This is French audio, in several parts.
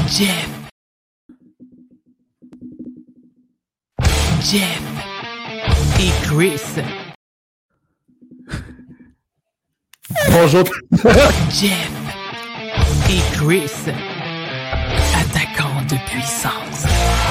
Jeff et Chris. Bonjour. Jeff et Chris, attaquant de puissance.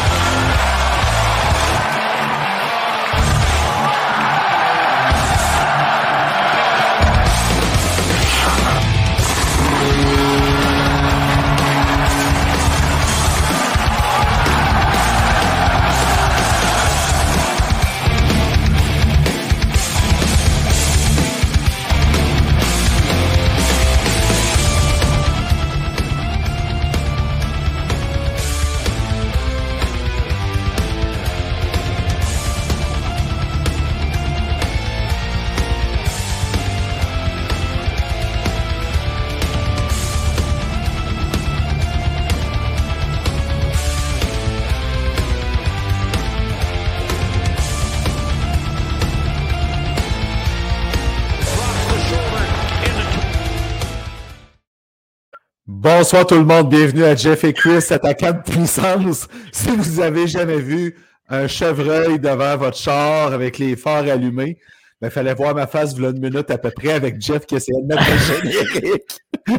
Bonsoir tout le monde, bienvenue à Jeff et Chris, attaquant de puissance. Si vous avez jamais vu un chevreuil devant votre char avec les phares allumés, il fallait voir ma face voilà une minute à peu près avec Jeff qui essayait de mettre le générique.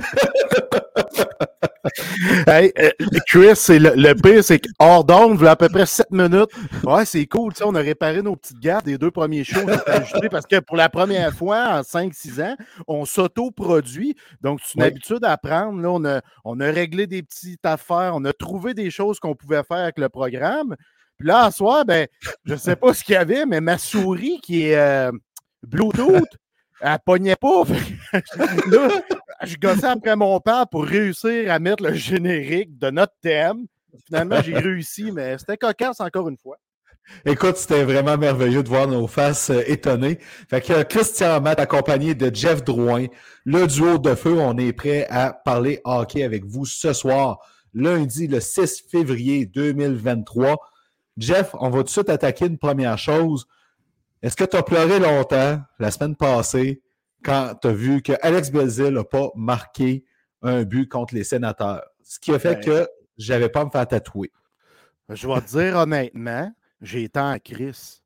Hey, Chris, le pire, c'est qu'hors d'onde, voilà à peu près 7 minutes. Ouais, c'est cool, tu sais, on a réparé nos petites gaffes des 2 premiers shows qu'on a ajoutés parce que pour la première fois en 5-6 ans, on s'auto-produit. Donc, c'est une habitude à prendre. Là, on a réglé des petites affaires, on a trouvé des choses qu'on pouvait faire avec le programme. Puis là, ce soir, je ne sais pas ce qu'il y avait, mais ma souris qui est Bluetooth, elle pognait pas. Là, je gossais après mon père pour réussir à mettre le générique de notre thème. Finalement, j'ai réussi, mais c'était cocasse encore une fois. Écoute, c'était vraiment merveilleux de voir nos faces étonnées. Fait que Christian Matt, accompagné de Jeff Drouin, le duo de feu, on est prêt à parler hockey avec vous ce soir, lundi le 6 février 2023. Jeff, on va tout de suite attaquer une première chose. Est-ce que tu as pleuré longtemps la semaine passée quand tu as vu que Alex Belzile n'a pas marqué un but contre les Sénateurs? Ce qui a fait que je n'avais pas à me faire tatouer. Je vais te dire honnêtement, j'ai été en crise.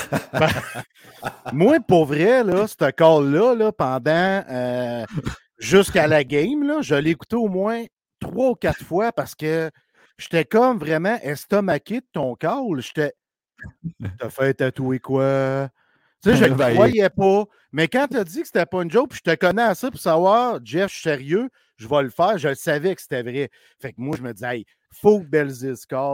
Moi, pour vrai, là, ce call-là, là, pendant jusqu'à la game, là, je l'ai écouté au moins 3 ou 4 fois parce que j'étais comme vraiment estomaqué de ton call. T'as fait tatouer quoi? Tu sais, je ne croyais pas. Mais quand tu as dit que c'était pas une joke, puis je te connais assez pour savoir, Jeff, je suis sérieux, je vais le faire. Je savais que c'était vrai. Fait que moi, je me disais, hey, faut que Belzile score.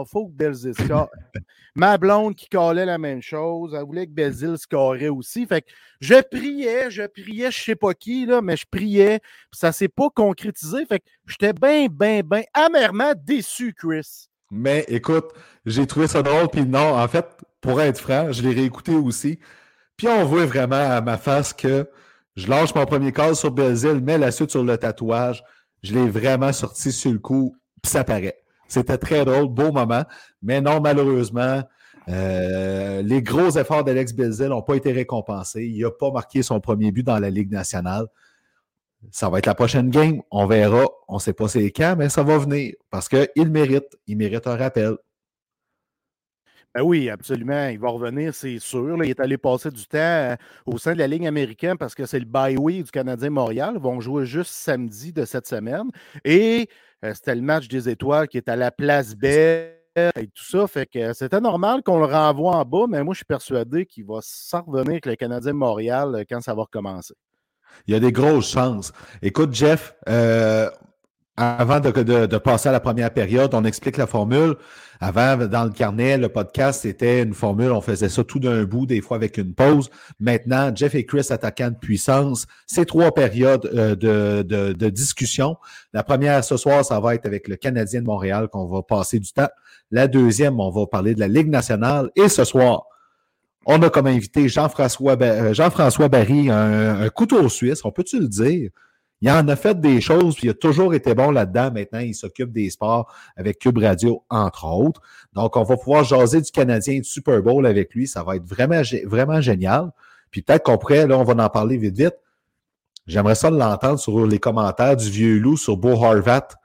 Ma blonde qui calait la même chose, elle voulait que Belzile scorait aussi. Fait que je priais, je sais pas qui, là, mais je priais. Puis ça s'est pas concrétisé. Fait que j'étais bien amèrement déçu, Chris. Mais écoute, j'ai trouvé ça drôle, puis non, en fait, pour être franc, je l'ai réécouté aussi. Puis on voit vraiment à ma face que je lâche mon premier call sur Belzile, mets la suite sur le tatouage. Je l'ai vraiment sorti sur le coup, puis ça paraît. C'était très drôle, beau moment. Mais non, malheureusement, les gros efforts d'Alex Belzile n'ont pas été récompensés. Il n'a pas marqué son premier but dans la Ligue nationale. Ça va être la prochaine game. On verra. On ne sait pas c'est quand, mais ça va venir parce qu'il mérite. Il mérite un rappel. Ben oui, absolument. Il va revenir, c'est sûr. Là, il est allé passer du temps au sein de la Ligue américaine parce que c'est le bye-week du Canadien Montréal. Ils vont jouer juste samedi de cette semaine. Et c'était le match des étoiles qui est à la Place Belle et tout ça. Fait que c'était normal qu'on le renvoie en bas, mais moi, je suis persuadé qu'il va s'en revenir avec le Canadien Montréal quand ça va recommencer. Il y a des grosses chances. Écoute, Jeff, avant de passer à la première période, on explique la formule. Avant, dans le carnet, le podcast, c'était une formule, on faisait ça tout d'un bout, des fois avec une pause. Maintenant, Jeff et Chris, attaquant de puissance, c'est 3 périodes de discussion. La première, ce soir, ça va être avec le Canadien de Montréal qu'on va passer du temps. La deuxième, on va parler de la Ligue nationale. Et ce soir, on a comme invité Jean-François Barry, un couteau suisse, on peut-tu le dire? Il en a fait des choses, puis il a toujours été bon là-dedans. Maintenant, il s'occupe des sports avec Cube Radio, entre autres. Donc, on va pouvoir jaser du Canadien du Super Bowl avec lui. Ça va être vraiment, vraiment génial. Puis peut-être qu'on pourrait, là, on va en parler vite. J'aimerais ça l'entendre sur les commentaires du vieux loup sur Beau Horvat,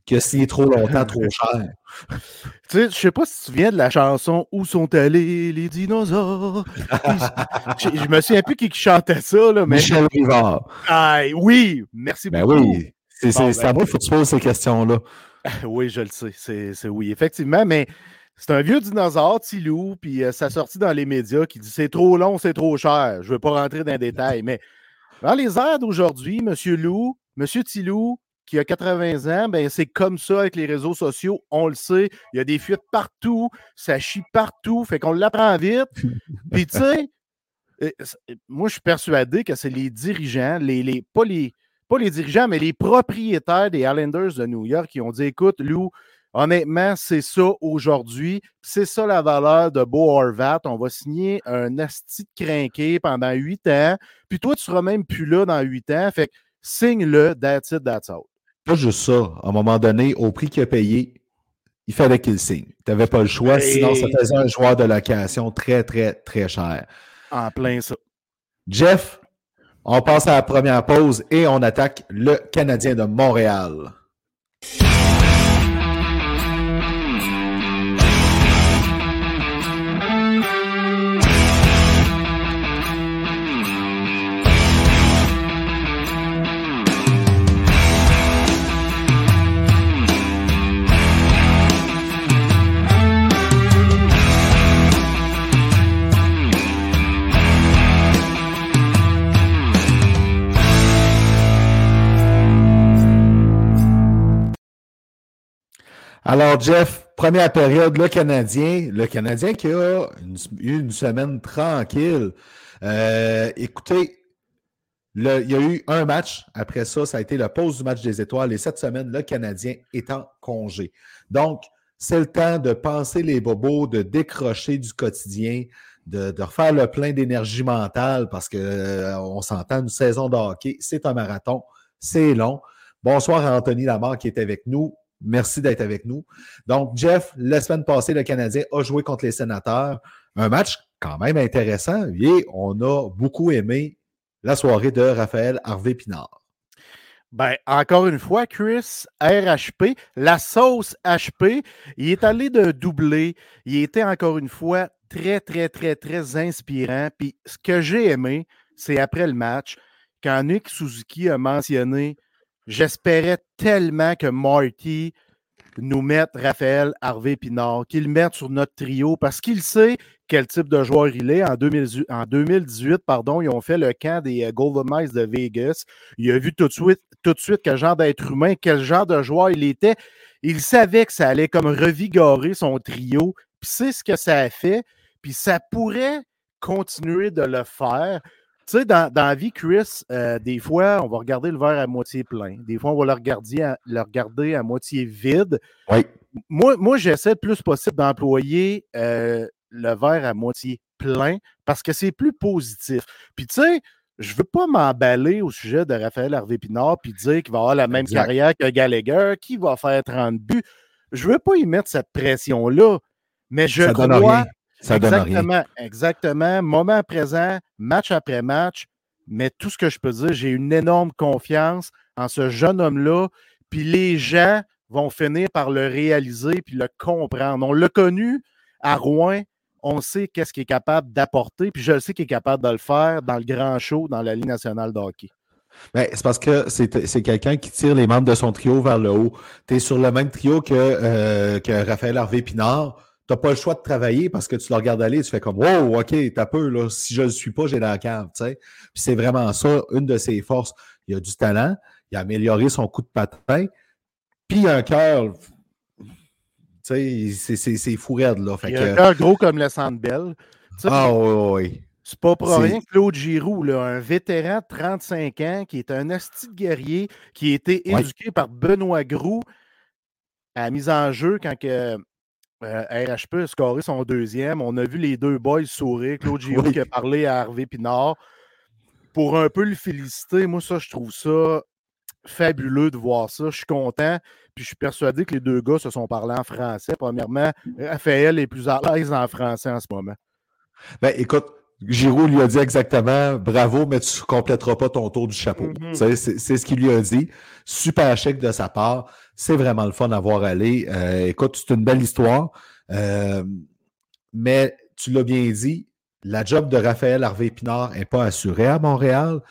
qui a signé trop longtemps, trop cher. Tu sais, je sais pas si tu viens de la chanson « Où sont allés les dinosaures? » Je me souviens plus qui chantait ça, là, mais... Michel Rivard. Ah, oui, merci Ben beaucoup. oui, c'est à moi qu'il faut que tu poses ces questions-là. Oui, je le sais, c'est oui, effectivement, mais c'est un vieux dinosaure, Tilou, puis ça sortit dans les médias qui dit « C'est trop long, c'est trop cher. » Je veux pas rentrer dans les détails, mais dans les airs d'aujourd'hui, M. Lou, M. Tilou, qui a 80 ans, ben c'est comme ça avec les réseaux sociaux, on le sait, il y a des fuites partout, ça chie partout, fait qu'on l'apprend vite. Puis tu sais, moi je suis persuadé que c'est les dirigeants, pas les dirigeants, mais les propriétaires des Islanders de New York qui ont dit, écoute, Lou, honnêtement, c'est ça aujourd'hui, c'est ça la valeur de Bo Horvat, on va signer un asti de crinqué pendant 8 ans, puis toi tu seras même plus là dans 8 ans, fait que signe-le, that's it, that's all. Pas juste ça. À un moment donné, au prix qu'il a payé, il fallait qu'il signe. Tu n'avais pas le choix, sinon ça faisait un joueur de location très, très, très cher. En plein ça. Jeff, on passe à la première pause et on attaque le Canadien de Montréal. Alors, Jeff, première période, le Canadien qui a eu une semaine tranquille. Écoutez, il y a eu un match. Après ça, ça a été la pause du match des étoiles. Et cette semaine, le Canadien est en congé. Donc, c'est le temps de penser les bobos, de décrocher du quotidien, de refaire le plein d'énergie mentale parce qu'on s'entend, une saison de hockey, c'est un marathon, c'est long. Bonsoir à Anthony Lamarre qui est avec nous. Merci d'être avec nous. Donc, Jeff, la semaine passée, le Canadien a joué contre les Sénateurs. Un match quand même intéressant et on a beaucoup aimé la soirée de Raphaël Harvey-Pinard. Ben, encore une fois, Chris, RHP, la sauce HP, il est allé de doubler. Il était encore une fois très, très, très, très inspirant. Puis ce que j'ai aimé, c'est après le match, quand Nick Suzuki a mentionné « J'espérais tellement que Marty nous mette Raphaël Harvey-Pinard, qu'il le mette sur notre trio, parce qu'il sait quel type de joueur il est. En 2018, ils ont fait le camp des Golden Knights de Vegas. Il a vu tout de suite quel genre d'être humain, quel genre de joueur il était. Il savait que ça allait comme revigorer son trio, puis c'est ce que ça a fait, puis ça pourrait continuer de le faire. Tu sais, dans la vie, Chris, des fois, on va regarder le verre à moitié plein. Des fois, on va le regarder à moitié vide. Oui. Moi, j'essaie le plus possible d'employer le verre à moitié plein parce que c'est plus positif. Puis, tu sais, je ne veux pas m'emballer au sujet de Raphaël Harvey-Pinard puis dire qu'il va avoir la même carrière que Gallagher, qu'il va faire 30 buts. Je ne veux pas y mettre cette pression-là, mais je crois... Ça Exactement. Moment présent, match après match. Mais tout ce que je peux dire, j'ai une énorme confiance en ce jeune homme-là. Puis les gens vont finir par le réaliser puis le comprendre. On l'a connu à Rouen. On sait qu'est-ce qu'il est capable d'apporter. Puis je le sais qu'il est capable de le faire dans le grand show, dans la Ligue nationale de hockey. Ben, c'est parce que c'est quelqu'un qui tire les membres de son trio vers le haut. Tu es sur le même trio que Raphaël Harvey-Pinard. Tu n'as pas le choix de travailler parce que tu le regardes aller, tu fais comme « Wow, OK, t'as peu, là. Si je ne le suis pas, j'ai la cave. » Puis c'est vraiment ça, une de ses forces. Il a du talent, il a amélioré son coup de patin, puis il a un cœur. C'est fou raide, là. Il a un cœur gros comme le Centre Bell. Oui. C'est pas pour rien que Claude Giroux, là, un vétéran de 35 ans qui est un asti de guerrier, qui a été éduqué par Benoît Groux à la mise en jeu quand RHP a scoré son deuxième. On a vu les deux boys sourire. Claude Giroux qui a parlé à Harvey-Pinard pour un peu le féliciter. Moi, ça, je trouve ça fabuleux de voir ça. Je suis content. Puis je suis persuadé que les deux gars se sont parlé en français. Premièrement, Raphaël est plus à l'aise en français en ce moment. Ben, écoute, Giroud lui a dit exactement « Bravo, mais tu ne compléteras pas ton tour du chapeau. Mm-hmm. C'est ce qu'il lui a dit. Super chèque de sa part. C'est vraiment le fun à voir aller. Écoute, c'est une belle histoire. Mais tu l'as bien dit, la job de Raphaël Harvey-Pinard n'est pas assurée à Montréal.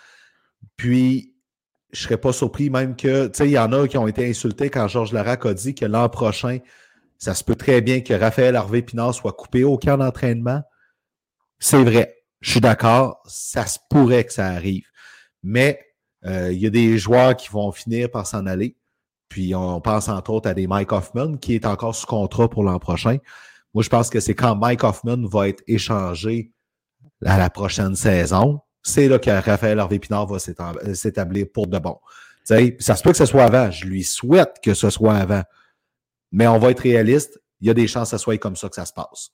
Puis, je ne serais pas surpris même que, tu sais, il y en a qui ont été insultés quand Georges Larac a dit que l'an prochain, ça se peut très bien que Raphaël Harvey-Pinard soit coupé au camp d'entraînement. C'est vrai. Je suis d'accord, ça se pourrait que ça arrive. Mais il y a des joueurs qui vont finir par s'en aller. Puis on pense entre autres à des Mike Hoffman qui est encore sous contrat pour l'an prochain. Moi, je pense que c'est quand Mike Hoffman va être échangé à la prochaine saison, c'est là que Raphaël Harvey-Pinard va s'établir pour de bon. T'sais, ça se peut que ce soit avant. Je lui souhaite que ce soit avant. Mais on va être réaliste. Il y a des chances que ce soit comme ça que ça se passe.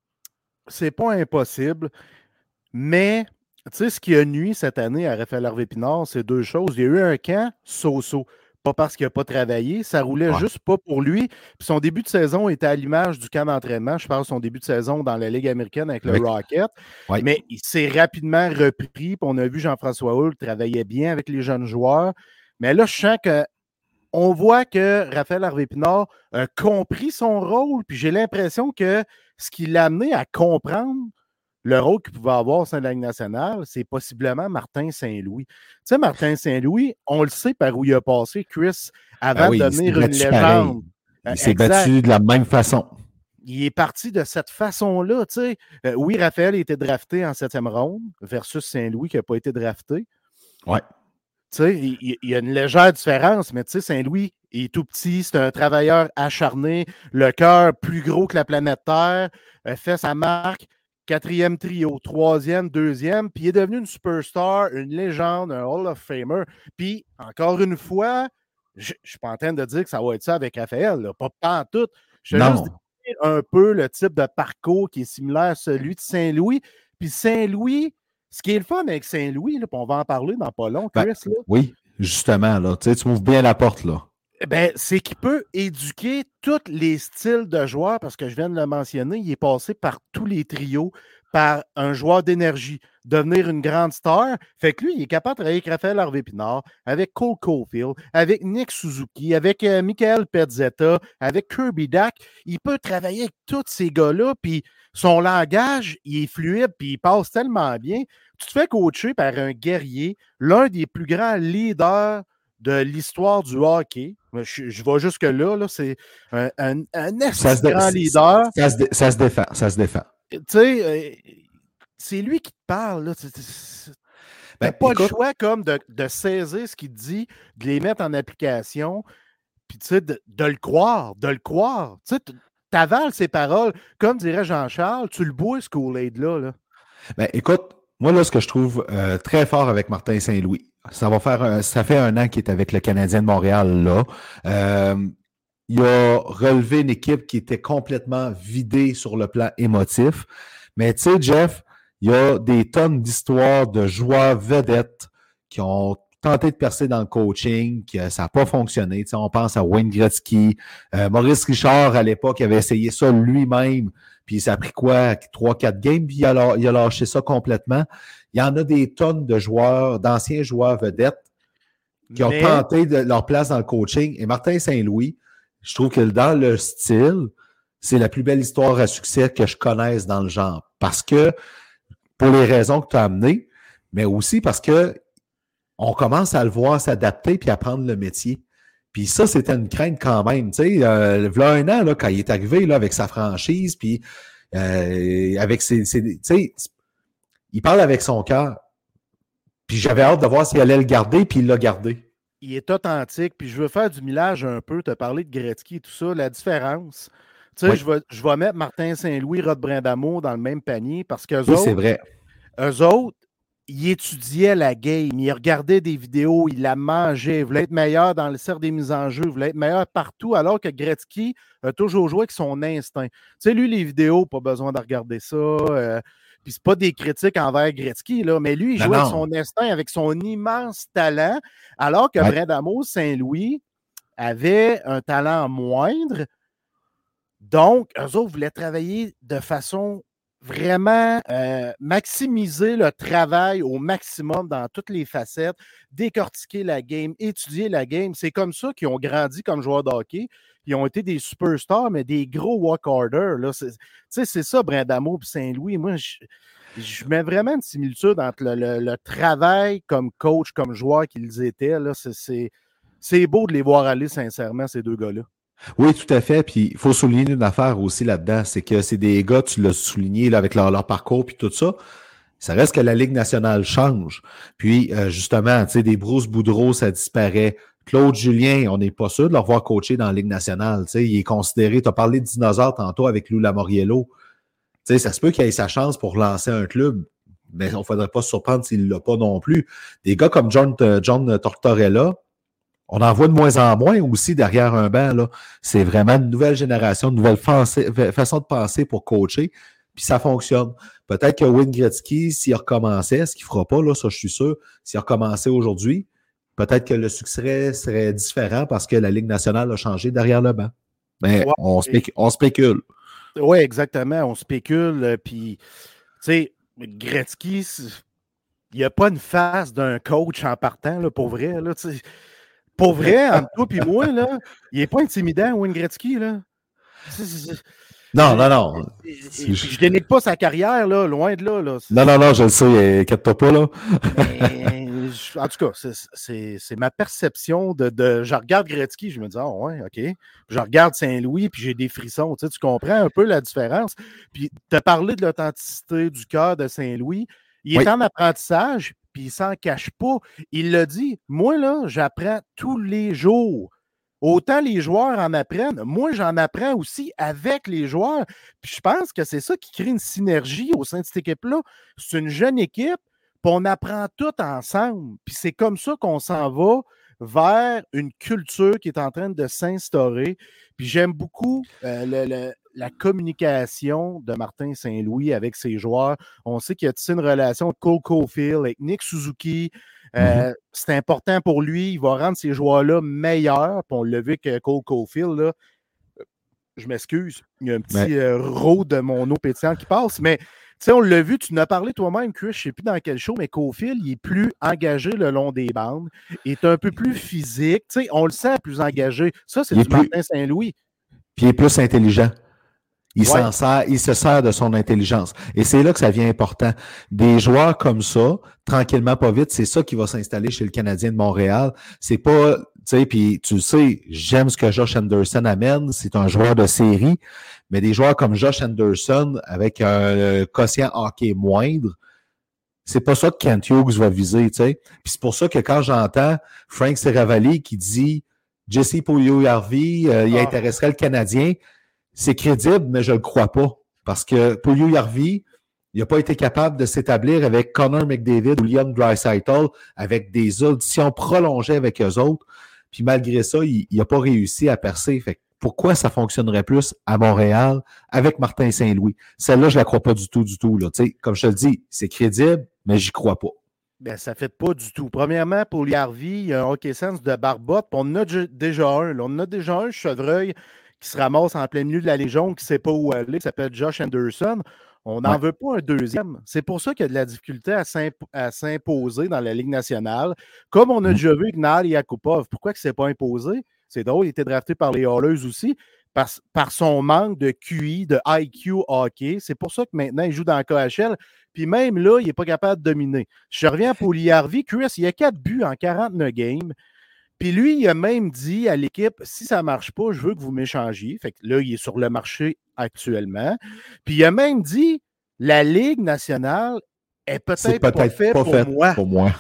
C'est pas impossible. Mais, tu sais, ce qui a nuit cette année à Raphaël Harvey-Pinard, c'est deux choses. Il y a eu un camp so-so. Pas parce qu'il n'a pas travaillé, ça roulait juste pas pour lui. Puis son début de saison était à l'image du camp d'entraînement. Je parle de son début de saison dans la Ligue américaine avec le Rocket. Oui. Mais il s'est rapidement repris. Puis on a vu Jean-François Houle travailler bien avec les jeunes joueurs. Mais là, je sens qu'on voit que Raphaël Harvey-Pinard a compris son rôle. Puis j'ai l'impression que ce qui l'a amené à comprendre le rôle qu'il pouvait avoir au sein de la Ligue nationale, c'est possiblement Martin Saint-Louis. Tu sais, Martin Saint-Louis, on le sait par où il a passé, Chris, avant de devenir une légende. Il s'est battu de la même façon. Il est parti de cette façon-là. Tu sais. Oui, Raphaël a été drafté en 7e ronde versus Saint-Louis qui n'a pas été drafté. Ouais. Tu sais, il y a une légère différence, mais tu sais, Saint-Louis est tout petit, c'est un travailleur acharné, le cœur plus gros que la planète Terre, fait sa marque. 4e trio, 3e, 2e, puis il est devenu une superstar, une légende, un Hall of Famer. Puis, encore une fois, je ne suis pas en train de dire que ça va être ça avec Raphaël, là, pas en tout. Je vais juste dire un peu le type de parcours qui est similaire à celui de Saint-Louis. Puis Saint-Louis, ce qui est le fun avec Saint-Louis, là, puis on va en parler dans pas long, Chris. Là. Oui, justement, là, tu m'ouvres bien la porte, là. Ben, c'est qu'il peut éduquer tous les styles de joueurs, parce que je viens de le mentionner, il est passé par tous les trios, par un joueur d'énergie, devenir une grande star. Fait que lui, il est capable de travailler avec Raphaël Harvey-Pinard, avec Cole Caulfield, avec Nick Suzuki, avec Michael Pezzetta, avec Kirby Dack. Il peut travailler avec tous ces gars-là, puis son langage, il est fluide, puis il passe tellement bien. Tu te fais coacher par un guerrier, l'un des plus grands leaders de l'histoire du hockey. Je vais jusque-là, là, c'est un grand leader. Ça se défend. Tu sais, c'est lui qui te parle. Là. T'as pas le choix comme de saisir ce qu'il te dit, de les mettre en application, puis tu sais, de le croire. Tu sais, t'avales ses paroles. Comme dirait Jean-Charles, tu le bois, ce Kool-Aid-là. Là. Ben, écoute, moi, là, ce que je trouve très fort avec Martin Saint-Louis, ça fait 1 an qu'il est avec le Canadien de Montréal, là. Il a relevé une équipe qui était complètement vidée sur le plan émotif. Mais tu sais, Jeff, il y a des tonnes d'histoires de joueurs vedettes qui ont tenté de percer dans le coaching, que ça n'a pas fonctionné. Tu sais, on pense à Wayne Gretzky, Maurice Richard, à l'époque, avait essayé ça lui-même. Puis ça a pris quoi? 3-4 games, puis il a lâché ça complètement. Il y en a des tonnes de joueurs, d'anciens joueurs vedettes qui ont tenté leur place dans le coaching. Et Martin Saint-Louis, je trouve que dans le style, c'est la plus belle histoire à succès que je connaisse dans le genre. Parce que, pour les raisons que tu as amenées, mais aussi parce que on commence à le voir s'adapter puis apprendre le métier. Puis ça, c'était une crainte quand même. Tu sais, v'là 1 an, là, quand il est arrivé là, avec sa franchise, puis avec ses tu sais, il parle avec son cœur. Puis j'avais hâte de voir s'il allait le garder, puis il l'a gardé. Il est authentique, puis je veux faire du millage un peu, te parler de Gretzky et tout ça, la différence. Tu sais, je vais mettre Martin Saint-Louis, Rod Brind'Amour dans le même panier, parce qu'eux autres, c'est vrai. Eux autres, ils étudiaient la game, ils regardaient des vidéos, ils la mangeaient, ils voulaient être meilleurs dans le cercle des mises en jeu, ils voulaient être meilleurs partout, alors que Gretzky a toujours joué avec son instinct. Tu sais, lui, les vidéos, pas besoin de regarder ça. Puis c'est pas des critiques envers Gretzky, là, mais lui, il jouait avec son instinct, avec son immense talent, alors que Brind'Amour Saint-Louis avait un talent moindre. Donc, eux autres voulaient travailler de façon vraiment maximiser le travail au maximum dans toutes les facettes, décortiquer la game, étudier la game. C'est comme ça qu'ils ont grandi comme joueurs de hockey. Ils ont été des superstars, mais des gros walk-orders. C'est ça, Brind'Amour et Saint-Louis. Moi, je mets vraiment une similitude entre le travail comme coach, comme joueur qu'ils étaient. Là. C'est beau de les voir aller, sincèrement, ces deux gars-là. Oui, tout à fait. Puis il faut souligner une affaire aussi là-dedans, c'est que c'est des gars, tu l'as souligné là, avec leur parcours puis tout ça. Ça reste que la Ligue nationale change. Puis justement, tu sais, des Bruce Boudreau, ça disparaît. Claude Julien, on n'est pas sûr de le revoir coacher dans la Ligue nationale. Tu sais, il est considéré, tu as parlé de dinosaure tantôt avec Lou Lamoriello. Tu sais, ça se peut qu'il ait sa chance pour lancer un club, mais on ne faudrait pas se surprendre s'il ne l'a pas non plus. Des gars comme John Tortorella, on en voit de moins en moins aussi derrière un banc. Là. C'est vraiment une nouvelle génération, une nouvelle façon de penser pour coacher, puis ça fonctionne. Peut-être que Wayne Gretzky, s'il recommençait, ce qu'il ne fera pas, là, ça je suis sûr, s'il recommençait aujourd'hui, peut-être que le succès serait différent parce que la Ligue nationale a changé derrière le banc. Mais ouais, on spécule. Oui, exactement. On spécule. Puis, tu sais, Gretzky, il n'y a pas une face d'un coach en partant, là, pour vrai. Là, pour vrai, entre toi et moi, là, il n'est pas intimidant, Wayne Gretzky. Là. Non. Je dénigre pas sa carrière, là, loin de là. Non, je le sais, inquiète-toi pas, là. En tout cas, c'est ma perception de. Je regarde Gretzky, je me dis, ah ouais, OK. Je regarde Saint-Louis, puis j'ai des frissons. Tu comprends un peu la différence. Puis, tu as parlé de l'authenticité du cœur de Saint-Louis. Il est en apprentissage, puis il s'en cache pas. Il l'a dit, moi, là, j'apprends tous les jours. Autant les joueurs en apprennent, moi, j'en apprends aussi avec les joueurs. Puis je pense que c'est ça qui crée une synergie au sein de cette équipe-là. C'est une jeune équipe, puis on apprend tout ensemble. Puis c'est comme ça qu'on s'en va vers une culture qui est en train de s'instaurer. Puis j'aime beaucoup la communication de Martin Saint-Louis avec ses joueurs. On sait qu'il y a une relation avec Cole Caulfield, avec Nick Suzuki. C'est important pour lui. Il va rendre ces joueurs-là meilleurs. Puis on l'a vu que Cole Caulfield, là, je m'excuse, il y a un petit row de mon eau pétillante qui passe, mais tu sais, on l'a vu, tu en as parlé toi-même, Chris, je ne sais plus dans quel show, mais Caulfield, il est plus engagé le long des bandes. Il est un peu plus physique. Tu sais, on le sent plus engagé. Ça, c'est du Martin Saint-Louis. Puis il est plus intelligent. Il se sert de son intelligence. Et c'est là que ça devient important. Des joueurs comme ça, tranquillement, pas vite, c'est ça qui va s'installer chez le Canadien de Montréal. C'est pas, tu sais, puis tu sais, j'aime ce que Josh Anderson amène. C'est un joueur de série. Mais des joueurs comme Josh Anderson, avec un quotient hockey moindre, c'est pas ça que Kent Hughes va viser, tu sais. Puis c'est pour ça que quand j'entends Frank Seravalli qui dit Jesse Puljujarvi, il intéresserait le Canadien, c'est crédible, mais je ne le crois pas. Parce que Puljujarvi, il n'a pas été capable de s'établir avec Connor McDavid ou Leon Draisaitl avec des auditions prolongées avec eux autres. Puis malgré ça, il n'a pas réussi à percer. Fait que pourquoi ça fonctionnerait plus à Montréal avec Martin Saint-Louis? Celle-là, je ne la crois pas du tout. Là. Comme je te le dis, c'est crédible, mais j'y crois pas. Ben, ça ne fait pas du tout. Premièrement, Puljujarvi, il y a un hockey sense de barbotte. On en a déjà un. Là. On en a déjà un, Chevreuil, qui se ramasse en plein milieu de la Légion, qui ne sait pas où aller, qui s'appelle Josh Anderson. On n'en veut pas un deuxième. C'est pour ça qu'il y a de la difficulté à s'imposer dans la Ligue nationale. Comme on a déjà vu Gnal Yakupov. Pourquoi il ne s'est pas imposé? C'est drôle, il était drafté par les Oilers aussi, par son manque de QI, de IQ hockey. C'est pour ça que maintenant, il joue dans le KHL. Puis même là, il n'est pas capable de dominer. Je reviens à Puljujarvi. Chris, il y a 4 buts en 49 games. Puis lui, il a même dit à l'équipe, si ça ne marche pas, je veux que vous m'échangiez. Fait que là, il est sur le marché actuellement. Puis il a même dit, la Ligue nationale est peut-être pas faite pour moi.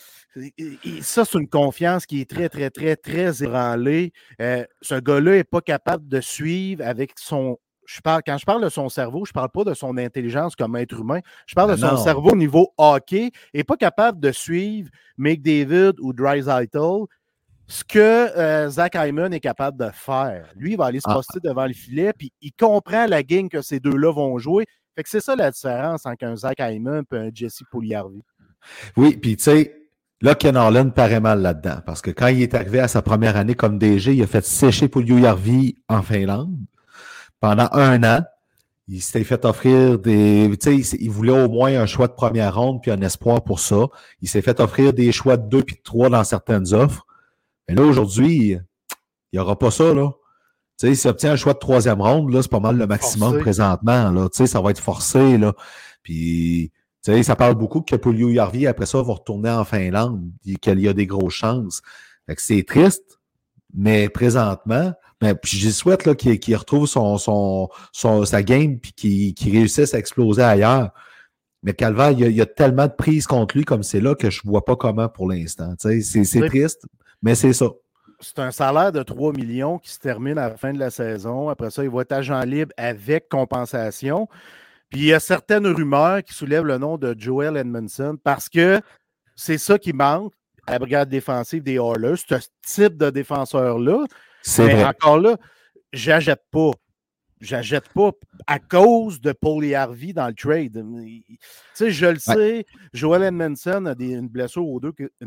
Et ça, c'est une confiance qui est très, très, très, très ébranlée. Ce gars-là n'est pas capable de suivre avec son... Quand je parle de son cerveau, je ne parle pas de son intelligence comme être humain. Je parle de son cerveau au niveau hockey. Il n'est pas capable de suivre McDavid ou Draisaitl. Ce que Zach Hyman est capable de faire. Lui, il va aller se poster devant le filet, puis il comprend la game que ces deux-là vont jouer. Fait que c'est ça la différence entre un Zach Hyman et un Jesse Puljujarvi. Oui, puis tu sais, là, Ken Holland paraît mal là-dedans, parce que quand il est arrivé à sa première année comme DG, il a fait sécher Puljujarvi en Finlande pendant 1 an. Il s'était fait offrir des. Tu sais, il voulait au moins un choix de première ronde puis un espoir pour ça. Il s'est fait offrir des choix de 2 puis de 3 dans certaines offres. Mais là, aujourd'hui, il n'y aura pas ça, là. Tu sais, s'il obtient un choix de troisième ronde, là, c'est pas mal le maximum Forcé. présentement, là. Tu sais, ça va être forcé, là. Puis, tu sais, ça parle beaucoup que Puljujärvi, après ça, va retourner en Finlande, qu'il y a des grosses chances. Fait que c'est triste, mais présentement, ben, puis j'y souhaite là, qu'il retrouve sa game puis qu'il réussisse à exploser ailleurs. Mais Calvaire, il y a tellement de prises contre lui comme c'est là que je ne vois pas comment pour l'instant. C'est triste, mais c'est ça. C'est un salaire de 3 millions qui se termine à la fin de la saison. Après ça, il va être agent libre avec compensation. Puis il y a certaines rumeurs qui soulèvent le nom de Joel Edmondson parce que c'est ça qui manque à la brigade défensive des Oilers, ce type de défenseur-là. C'est Mais vrai. encore là, j'achète pas. J'achète pas à cause de Puljujärvi dans le trade. Tu sais, je le sais, Joel Edmondson a une blessure au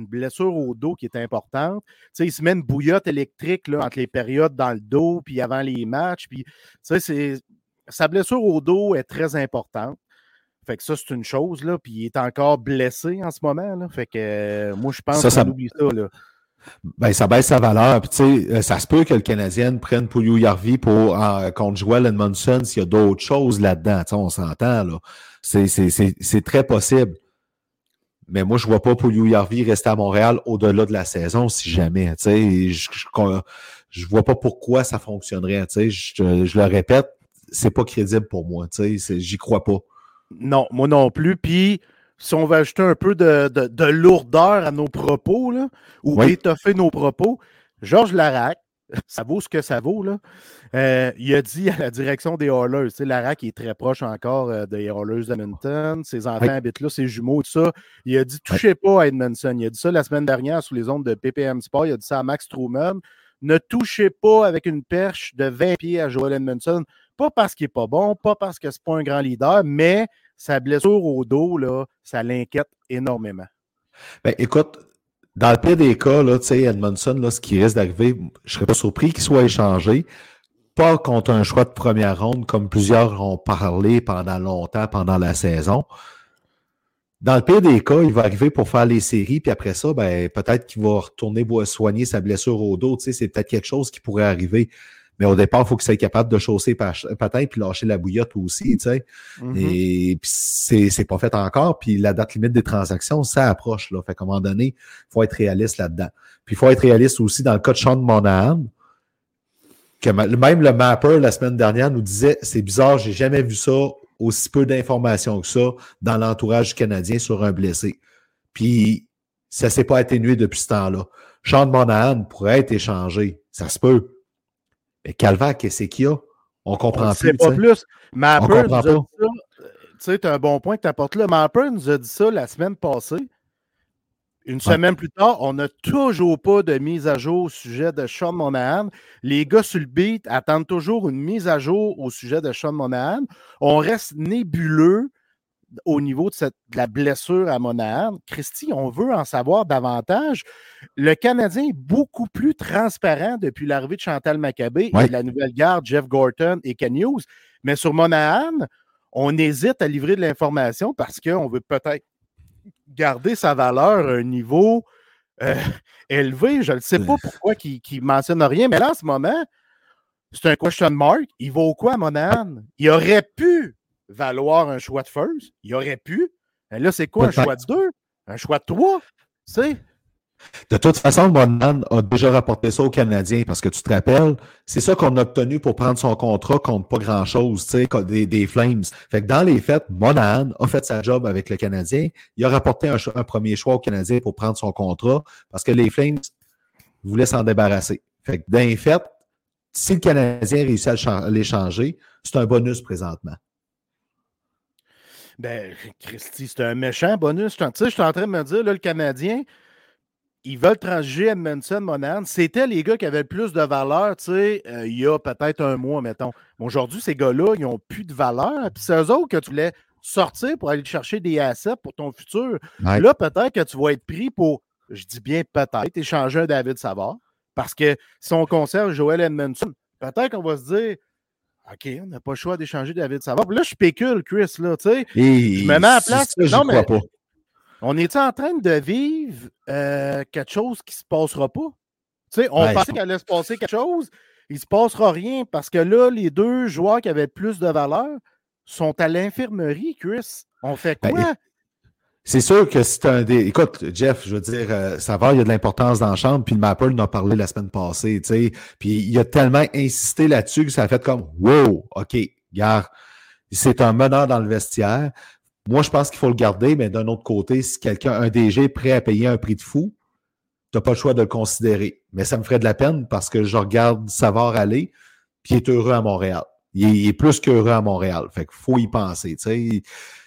dos qui est importante. Tu sais, il se met une bouillotte électrique là, entre les périodes dans le dos puis avant les matchs. Puis, tu sais, sa blessure au dos est très importante. Fait que ça, c'est une chose, là. Puis il est encore blessé en ce moment, là. Fait que moi, je pense qu'on oublie ça, là. Ben, ça baisse sa valeur. Puis, tu sais, ça se peut que le Canadien prenne Puljujärvi contre Joel Edmondson s'il y a d'autres choses là-dedans. Tu sais, on s'entend, là. C'est très possible. Mais moi, je ne vois pas Puljujärvi rester à Montréal au-delà de la saison, si jamais. Tu sais, je vois pas pourquoi ça fonctionnerait. Tu sais, je le répète, c'est pas crédible pour moi. Tu sais, j'y crois pas. Non, moi non plus. Puis, si on veut ajouter un peu de lourdeur à nos propos, là, ou étoffer nos propos, Georges Laraque, ça vaut ce que ça vaut, là. Il a dit à la direction des Oilers, tu sais, Laraque est très proche encore des Oilers d'Edmonton, ses enfants habitent là, ses jumeaux, tout ça. Il a dit, touchez pas à Edmondson. Il a dit ça la semaine dernière sous les ondes de PPM Sport. Il a dit ça à Max Truman. Ne touchez pas avec une perche de 20 pieds à Joel Edmondson. Pas parce qu'il n'est pas bon, pas parce que c'est pas un grand leader, mais sa blessure au dos, là, ça l'inquiète énormément. Ben, écoute, dans le pire des cas, là, Edmondson, là, ce qui risque d'arriver, je ne serais pas surpris qu'il soit échangé, pas contre un choix de première ronde, comme plusieurs ont parlé pendant longtemps, pendant la saison. Dans le pire des cas, il va arriver pour faire les séries, puis après ça, ben, peut-être qu'il va retourner soigner sa blessure au dos. C'est peut-être quelque chose qui pourrait arriver. Mais au départ, il faut qu'il soit capable de chausser patin puis lâcher la bouillotte aussi, tu sais. Mm-hmm. Et puis c'est pas fait encore. Puis la date limite des transactions, ça approche, là. Fait qu'à un moment donné, il faut être réaliste là-dedans. Puis il faut être réaliste aussi dans le cas de Sean Monahan, que même le mapper la semaine dernière nous disait, c'est bizarre, j'ai jamais vu ça, aussi peu d'informations que ça dans l'entourage du Canadien sur un blessé. Puis ça s'est pas atténué depuis ce temps-là. Sean Monahan pourrait être échangé. Ça se peut. Mais Calvaire, qu'est-ce qu'il y a? On comprend plus. C'est pas plus. Mapper nous a dit ça. Tu sais, tu as un bon point que tu apportes là. Mapper nous a dit ça la semaine passée. Une semaine plus tard, on n'a toujours pas de mise à jour au sujet de Sean Monahan. Les gars sur le beat attendent toujours une mise à jour au sujet de Sean Monahan. On reste nébuleux au niveau de la blessure à Monahan. Christy, on veut en savoir davantage. Le Canadien est beaucoup plus transparent depuis l'arrivée de Chantal Maccabé et de la nouvelle garde, Jeff Gorton et Ken Hughes. Mais sur Monahan, on hésite à livrer de l'information parce qu'on veut peut-être garder sa valeur à un niveau élevé. Je ne sais pas pourquoi il ne mentionne rien, mais là, en ce moment, c'est un question mark. Il vaut quoi à Monahan? Il aurait pu valoir un choix de first. Il aurait pu. Et là, c'est quoi? Un choix de 2? Un choix de 3? Tu sais? De toute façon, Monahan a déjà rapporté ça aux Canadiens parce que tu te rappelles, c'est ça qu'on a obtenu pour prendre son contrat contre pas grand-chose, tu sais, des Flames. Fait que dans les faits, Monahan a fait sa job avec le Canadien. Il a rapporté un premier choix aux Canadiens pour prendre son contrat parce que les Flames voulaient s'en débarrasser. Fait que dans les faits, si le Canadien réussit à l'échanger, c'est un bonus présentement. Ben, Christy, c'est un méchant bonus. Tu sais, je suis en train de me dire, là, le Canadien, ils veulent transiger Edmondson, Monahan. C'était les gars qui avaient le plus de valeur, tu sais, il y a peut-être un mois, mettons. Aujourd'hui, ces gars-là, ils n'ont plus de valeur. Puis c'est eux autres que tu voulais sortir pour aller chercher des assets pour ton futur. Ouais. Là, peut-être que tu vas être pris pour, je dis bien peut-être, échanger un David Savard. Parce que si on conserve Joel Edmondson, peut-être qu'on va se dire, OK, on n'a pas le choix d'échanger David Savard. Puis là, je spécule, Chris, là, tu sais. Et Je me mets en place. ça, j'y crois pas. On est en train de vivre quelque chose qui ne se passera pas? Tu sais, on pensait qu'il allait se passer quelque chose. Il ne se passera rien parce que là, les deux joueurs qui avaient plus de valeur sont à l'infirmerie, Chris. On fait quoi? C'est sûr que c'est un des. Écoute, Jeff, je veux dire, Savard, il y a de l'importance dans la chambre, puis le Maple en a parlé la semaine passée, tu sais. Puis il a tellement insisté là-dessus que ça a fait comme wow, OK, gars, c'est un meneur dans le vestiaire. Moi, je pense qu'il faut le garder, mais d'un autre côté, si un DG est prêt à payer un prix de fou, tu n'as pas le choix de le considérer. Mais ça me ferait de la peine parce que je regarde Savard aller, puis il est heureux à Montréal. Il est plus qu'heureux à Montréal. Fait qu'il faut y penser, tu sais.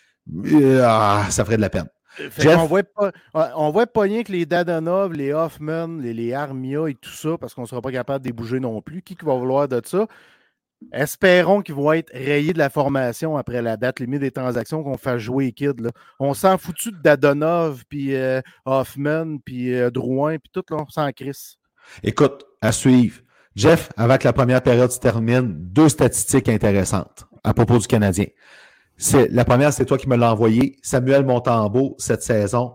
Ça ferait de la peine. Jeff, on voit pas rien que les Dadonov, les Hoffman, les Armia et tout ça, parce qu'on ne sera pas capable de les bouger non plus. Qui va vouloir de ça? Espérons qu'ils vont être rayés de la formation après la date limite des transactions qu'on fait jouer les kids. Là. On s'en foutu de Dadonov, puis Hoffman, puis Drouin, puis tout, là, on s'en crisse. Écoute, à suivre. Jeff, avant que la première période se termine, 2 statistiques intéressantes à propos du Canadien. La première, c'est toi qui me l'as envoyé. Samuel Montembeault, cette saison,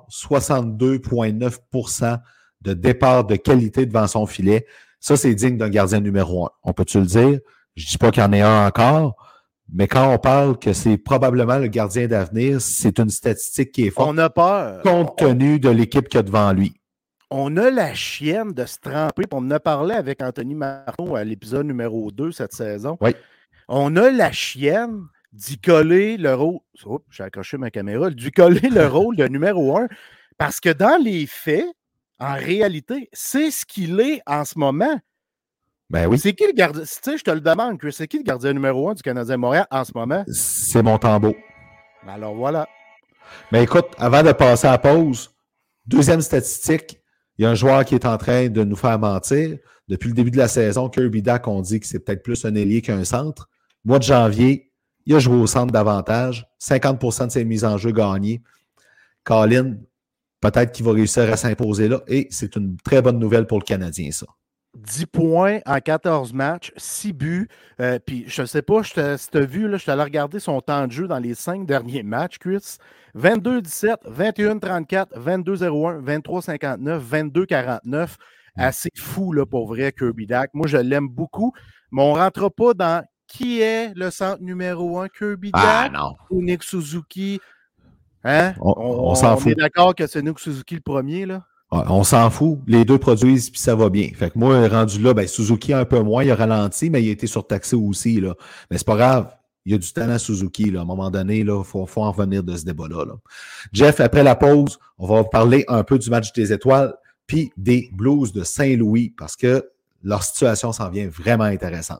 62,9% de départ de qualité devant son filet. Ça, c'est digne d'un gardien numéro 1. On peut-tu le dire? Je dis pas qu'il y en ait un encore, mais quand on parle que c'est probablement le gardien d'avenir, c'est une statistique qui est forte. On a peur. Compte tenu de l'équipe qu'il y a devant lui. On a la chienne de se tremper. On en a parlé avec Anthony Marteau à l'épisode numéro 2 cette saison. Oui. On a la chienne d'y coller le rôle. Oups, j'ai accroché ma caméra. D'y coller le rôle de numéro 1. Parce que dans les faits, en réalité, c'est ce qu'il est en ce moment. Ben oui. C'est qui le gardien? Tu sais, je te le demande, Chris. C'est qui le gardien numéro 1 du Canadien Montréal en ce moment? C'est Montembeault. Alors voilà. Mais écoute, avant de passer à la pause, deuxième statistique, il y a un joueur qui est en train de nous faire mentir. Depuis le début de la saison, Kirby Dach, on dit que c'est peut-être plus un ailier qu'un centre. Mois de janvier, il a joué au centre davantage. 50% de ses mises en jeu gagnées. Colin, peut-être qu'il va réussir à s'imposer là. Et c'est une très bonne nouvelle pour le Canadien, ça. 10 points en 14 matchs, 6 buts. Puis, je ne sais pas si tu as vu, là, je suis allé regarder son temps de jeu dans les 5 derniers matchs, Chris. 22-17, 21-34, 22-01, 23-59, 22-49. Assez fou, là, pour vrai, Kirby Dach. Moi, je l'aime beaucoup, mais on ne rentre pas dans qui est le centre numéro 1, Kirby Dach ou Nick Suzuki. Hein? On s'en fout. On est d'accord que c'est Nick Suzuki le premier, là? On s'en fout. Les deux produisent, puis ça va bien. Fait que moi, rendu là, ben, Suzuki un peu moins, il a ralenti, mais il a été surtaxé aussi, là. Mais c'est pas grave. Il y a du talent Suzuki, là. À un moment donné, il faut en revenir de ce débat-là, là. Jeff, après la pause, on va parler un peu du match des étoiles, puis des Blues de Saint-Louis, parce que leur situation s'en vient vraiment intéressante.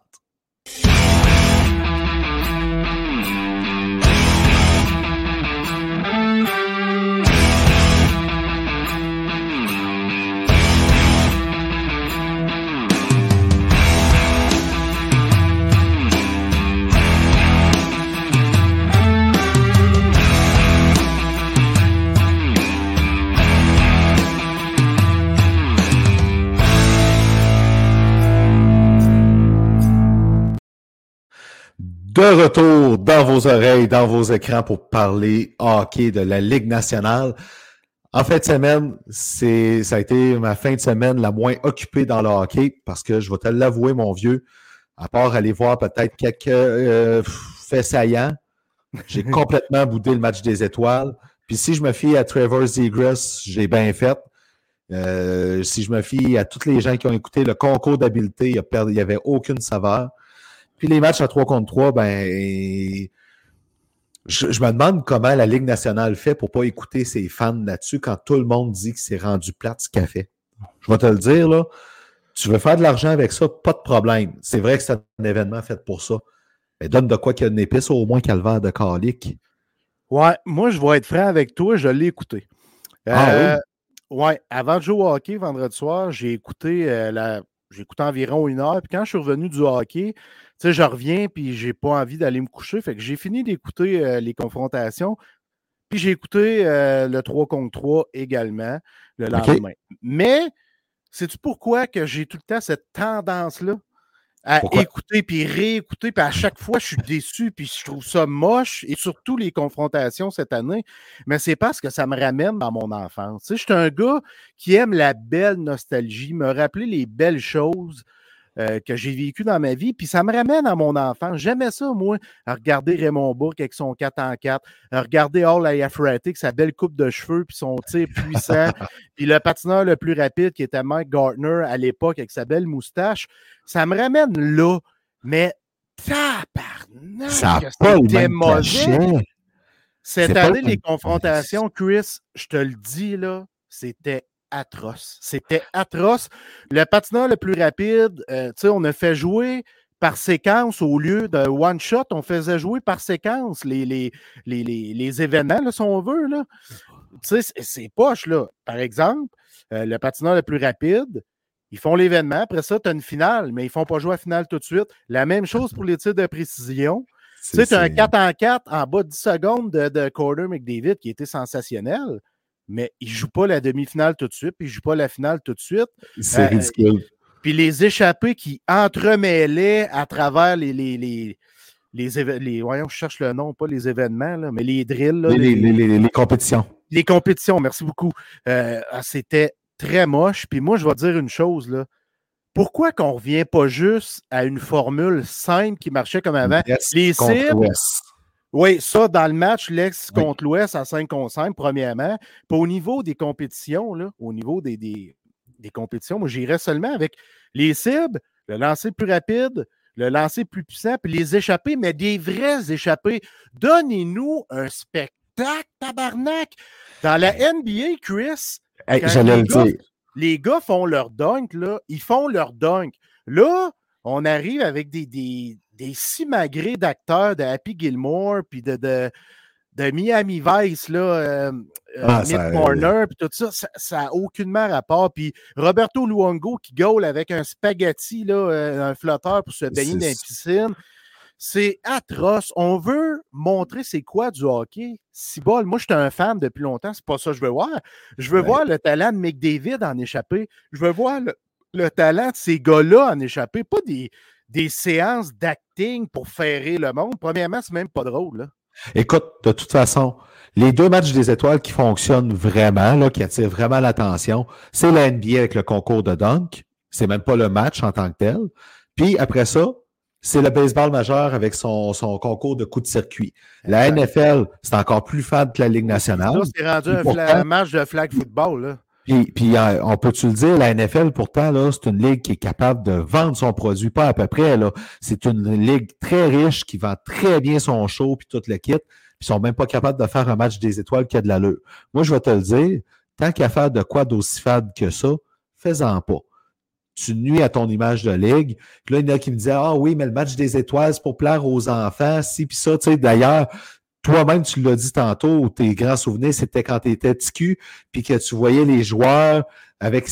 De retour dans vos oreilles, dans vos écrans pour parler hockey de la Ligue nationale. En fin de semaine, ça a été ma fin de semaine la moins occupée dans le hockey parce que je vais te l'avouer, mon vieux, à part aller voir peut-être quelques faits saillants, j'ai complètement boudé le match des étoiles. Puis si je me fie à Trevor Zegras, j'ai bien fait. Si je me fie à tous les gens qui ont écouté le concours d'habileté, il n'y avait aucune saveur. Puis les matchs à 3 contre 3, ben, je me demande comment la Ligue nationale fait pour ne pas écouter ses fans là-dessus quand tout le monde dit que c'est rendu plate ce qu'elle fait. Je vais te le dire, là. Tu veux faire de l'argent avec ça, pas de problème. C'est vrai que c'est un événement fait pour ça. Mais donne de quoi qu'il y a une épice, au moins calvaire de calique. Ouais, moi, je vais être franc avec toi, je l'ai écouté. Oui? Ouais, avant de jouer au hockey vendredi soir, j'ai écouté environ 1 heure. Puis quand je suis revenu du hockey, tu sais, je reviens puis j'ai pas envie d'aller me coucher. Fait que j'ai fini d'écouter les confrontations. Puis j'ai écouté le 3 contre 3 également le lendemain. Mais sais-tu pourquoi que j'ai tout le temps cette tendance-là à Pourquoi? écouter puis réécouter, puis à chaque fois, je suis déçu, puis je trouve ça moche, et surtout les confrontations cette année. Mais c'est parce que ça me ramène dans mon enfance. Tu sais, je suis un gars qui aime la belle nostalgie, me rappeler les belles choses que j'ai vécues dans ma vie, puis ça me ramène à mon enfance. J'aimais ça, moi, à regarder Raymond Bourque avec son 4 en 4, à regarder All Athletic, sa belle coupe de cheveux, puis son tir puissant, puis le patineur le plus rapide qui était Mike Gartner à l'époque avec sa belle moustache. Ça me ramène là, mais tabarnak, Ça n'a pas le c'était même mauvais. cachet. Cette C'est pas année, le les même- confrontations, Chris, je te le dis, là, c'était atroce. C'était atroce. Le patineur le plus rapide, tu sais, on a fait jouer par séquence au lieu de one-shot, on faisait jouer par séquence les événements, là, si on veut. Là. Tu sais, c'est poche, là. Par exemple, le patineur le plus rapide, ils font l'événement, après ça, tu as une finale, mais ils ne font pas jouer à la finale tout de suite. La même chose pour les tirs de précision. Tu sais, tu as un 4 en 4 en bas de 10 secondes de Corder McDavid qui était sensationnel, mais il ne joue pas la demi-finale tout de suite, puis il ne joue pas la finale tout de suite. C'est ridicule. Puis les échappés qui entremêlaient à travers voyons, je cherche le nom, pas les événements, là, mais les drills. Là, les compétitions. Les compétitions, merci beaucoup. C'était très moche. Puis moi, je vais te dire une chose, là. Pourquoi qu'on ne revient pas juste à une formule simple qui marchait comme avant? Les cibles. Oui, ça, dans le match, l'Est contre l'Ouest à 5 contre 5, premièrement. Puis au niveau des compétitions, là, au niveau des compétitions, moi, j'irais seulement avec les cibles, le lancer plus rapide, le lancer plus puissant, puis les échappées, mais des vrais échappées. Donnez-nous un spectacle, tabarnak! Dans la NBA, Chris, j'allais le dire. Les gars font leur dunk, là, ils font leur dunk. Là, on arrive avec des simagrées d'acteurs de Happy Gilmore, puis de Miami Vice, là, Nick Warner, puis tout ça, ça n'a aucunement rapport. Puis Roberto Luongo qui goal avec un spaghetti, là, un flotteur pour se baigner dans une piscine. C'est atroce. On veut montrer c'est quoi du hockey. Cibole, moi, je suis un fan depuis longtemps. C'est pas ça que je veux voir. Je veux voir le talent de McDavid en échappé. Je veux voir le talent de ces gars-là en échappé. Pas des séances d'acting pour faire rire le monde. Premièrement, c'est même pas drôle. Là. Écoute, de toute façon, les deux matchs des étoiles qui fonctionnent vraiment, là, qui attirent vraiment l'attention, c'est la NBA avec le concours de dunk. C'est même pas le match en tant que tel. Puis après ça, c'est le baseball majeur avec son concours de coups de circuit. La NFL, c'est encore plus fade que la Ligue nationale. Ça, c'est rendu un match de flag football. Là. Puis on peut-tu le dire, la NFL, pourtant, là, c'est une ligue qui est capable de vendre son produit, pas à peu près. Là. C'est une ligue très riche qui vend très bien son show puis tout le kit. Puis ils sont même pas capables de faire un match des étoiles qui a de l'allure. Moi, je vais te le dire, tant qu'à faire de quoi d'aussi fade que ça, fais-en pas. Tu nuis à ton image de ligue. Puis là, il y en a qui me disaient, ah oui, mais le match des étoiles, c'est pour plaire aux enfants, ci, puis ça. Tu sais, d'ailleurs, toi-même, tu l'as dit tantôt, tes grands souvenirs, c'était quand tu étais petit cul, puis que tu voyais les joueurs avec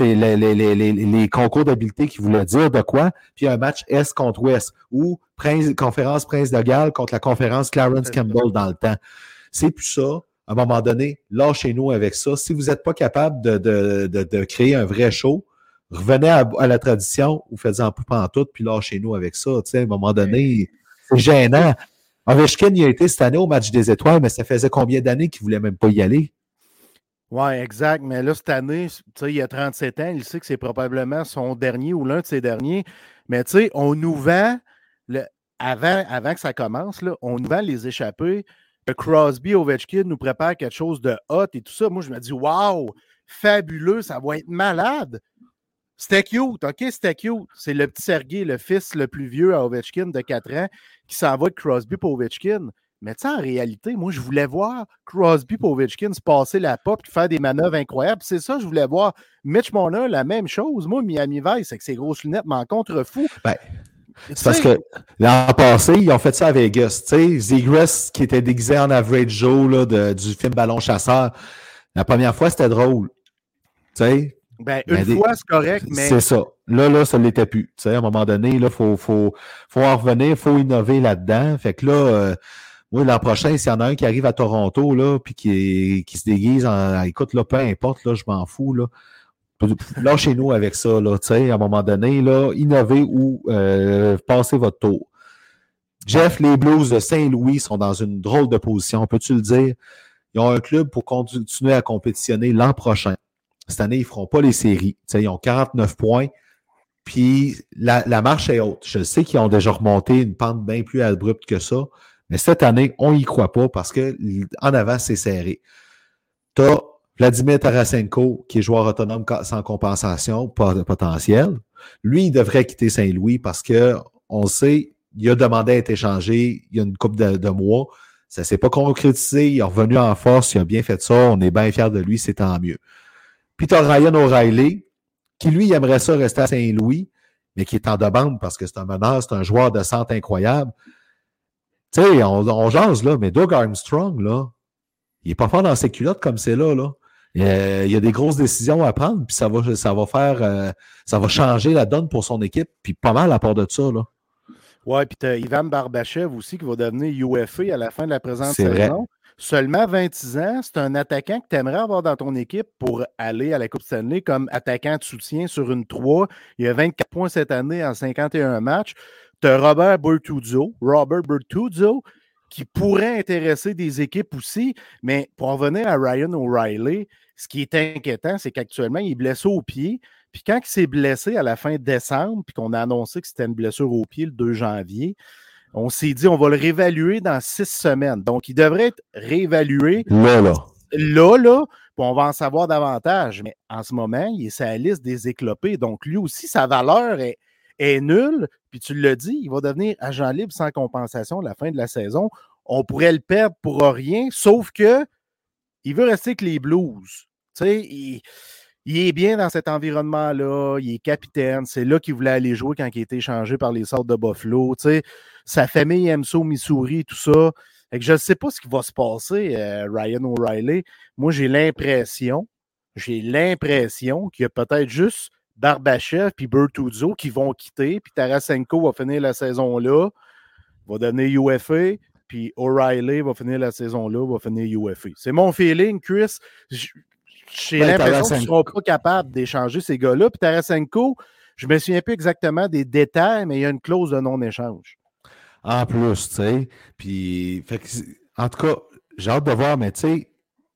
les concours d'habileté qui voulaient dire de quoi, puis un match Est contre Ouest, ou conférence Prince de Galles contre la conférence Clarence Campbell dans le temps. C'est plus ça. À un moment donné, lâchez-nous avec ça. Si vous n'êtes pas capable de créer un vrai show, revenez à la tradition ou faites-en plus pantoute, puis lâchez-nous avec ça. Tu sais, à un moment donné, c'est gênant. Ovechkin, il a été cette année au match des étoiles, mais ça faisait combien d'années qu'il ne voulait même pas y aller? Oui, exact. Mais là, cette année, tu sais, il a 37 ans, il sait que c'est probablement son dernier ou l'un de ses derniers. Mais tu sais, on nous vend, avant que ça commence, là, on nous vend les échappées. Crosby, Ovechkin nous prépare quelque chose de hot et tout ça. Moi, je me dis, waouh, fabuleux, ça va être malade. C'était cute, OK? C'était cute. C'est le petit Sergei, le fils le plus vieux à Ovechkin de 4 ans, qui s'en va de Crosby pour Ovechkin. Mais tu sais, en réalité, moi, je voulais voir Crosby pour Ovechkin se passer la pop et faire des manœuvres incroyables. C'est ça, je voulais voir. Mitch Marner, la même chose. Moi, Miami Vice, avec ses grosses lunettes, m'en contre-fou. Ben, c'est parce que l'an passé, ils ont fait ça à Vegas. Tu sais, Zegras, qui était déguisé en Average Joe là, du film Ballon chasseur, la première fois, c'était drôle. Tu sais, ben, une fois, c'est correct, mais... C'est ça. Là, ça ne l'était plus. Tu sais, à un moment donné, il faut en revenir, il faut innover là-dedans. Fait que là, oui, l'an prochain, s'il y en a un qui arrive à Toronto, là, puis qui se déguise en... Écoute, là, peu importe, là, je m'en fous, là. Lâchez-nous avec ça, là, à un moment donné, là, innovez ou passez votre tour. Jeff, les Blues de Saint-Louis sont dans une drôle de position, peux-tu le dire? Ils ont un club pour continuer à compétitionner l'an prochain. Cette année, ils ne feront pas les séries. Ils ont 49 points, puis la marche est haute. Je sais qu'ils ont déjà remonté une pente bien plus abrupte que ça, mais cette année, on n'y croit pas parce qu'en avant, c'est serré. Tu as Vladimir Tarasenko, qui est joueur autonome sans compensation potentielle. Lui, il devrait quitter Saint-Louis parce qu'on sait, il a demandé à être échangé il y a une couple de mois. Ça ne s'est pas concrétisé. Il est revenu en force. Il a bien fait ça. On est bien fiers de lui. C'est tant mieux. Puis tu as Ryan O'Reilly, qui lui, il aimerait ça rester à Saint-Louis, mais qui est en demande parce que c'est un meneur, c'est un joueur de centre incroyable. Tu sais, on jase, là, mais Doug Armstrong, là, il n'est pas fort dans ses culottes comme c'est là, là. Il y a des grosses décisions à prendre, puis ça va changer la donne pour son équipe, puis pas mal à part de ça, là. Ouais, puis tu as Ivan Barbachev aussi qui va devenir UFA à la fin de la présente C'est saison. vrai. Seulement 26 ans, c'est un attaquant que tu aimerais avoir dans ton équipe pour aller à la Coupe Stanley comme attaquant de soutien sur une 3. Il a 24 points cette année en 51 matchs. Tu as Robert Bertuzzo, qui pourrait intéresser des équipes aussi. Mais pour en revenir à Ryan O'Reilly, ce qui est inquiétant, c'est qu'actuellement, il est blessé au pied. Puis quand il s'est blessé à la fin décembre, puis qu'on a annoncé que c'était une blessure au pied le 2 janvier, on s'est dit on va le réévaluer dans 6 semaines. Donc, il devrait être réévalué là, puis on va en savoir davantage. Mais en ce moment, il est sur la liste des éclopés. Donc, lui aussi, sa valeur est nulle. Puis tu l'as dit, il va devenir agent libre sans compensation à la fin de la saison. On pourrait le perdre pour rien, sauf que il veut rester avec les Blues. Tu sais, il est bien dans cet environnement-là, il est capitaine, c'est là qu'il voulait aller jouer quand il a été échangé par les Saints de Buffalo. Tu sais, sa famille aime ça au Missouri, tout ça. Fait que je ne sais pas ce qui va se passer, Ryan O'Reilly. Moi, j'ai l'impression qu'il y a peut-être juste Barbachev puis Bertuzzo qui vont quitter, puis Tarasenko va finir la saison là, va devenir UFA, puis O'Reilly va finir la saison là, va finir UFA. C'est mon feeling, Chris. J'ai l'impression qu'ils ne seront pas capables d'échanger ces gars-là. Puis Tarasenko, je ne me souviens plus exactement des détails, mais il y a une clause de non-échange. En plus, tu sais. Puis, en tout cas, j'ai hâte de voir, mais tu sais,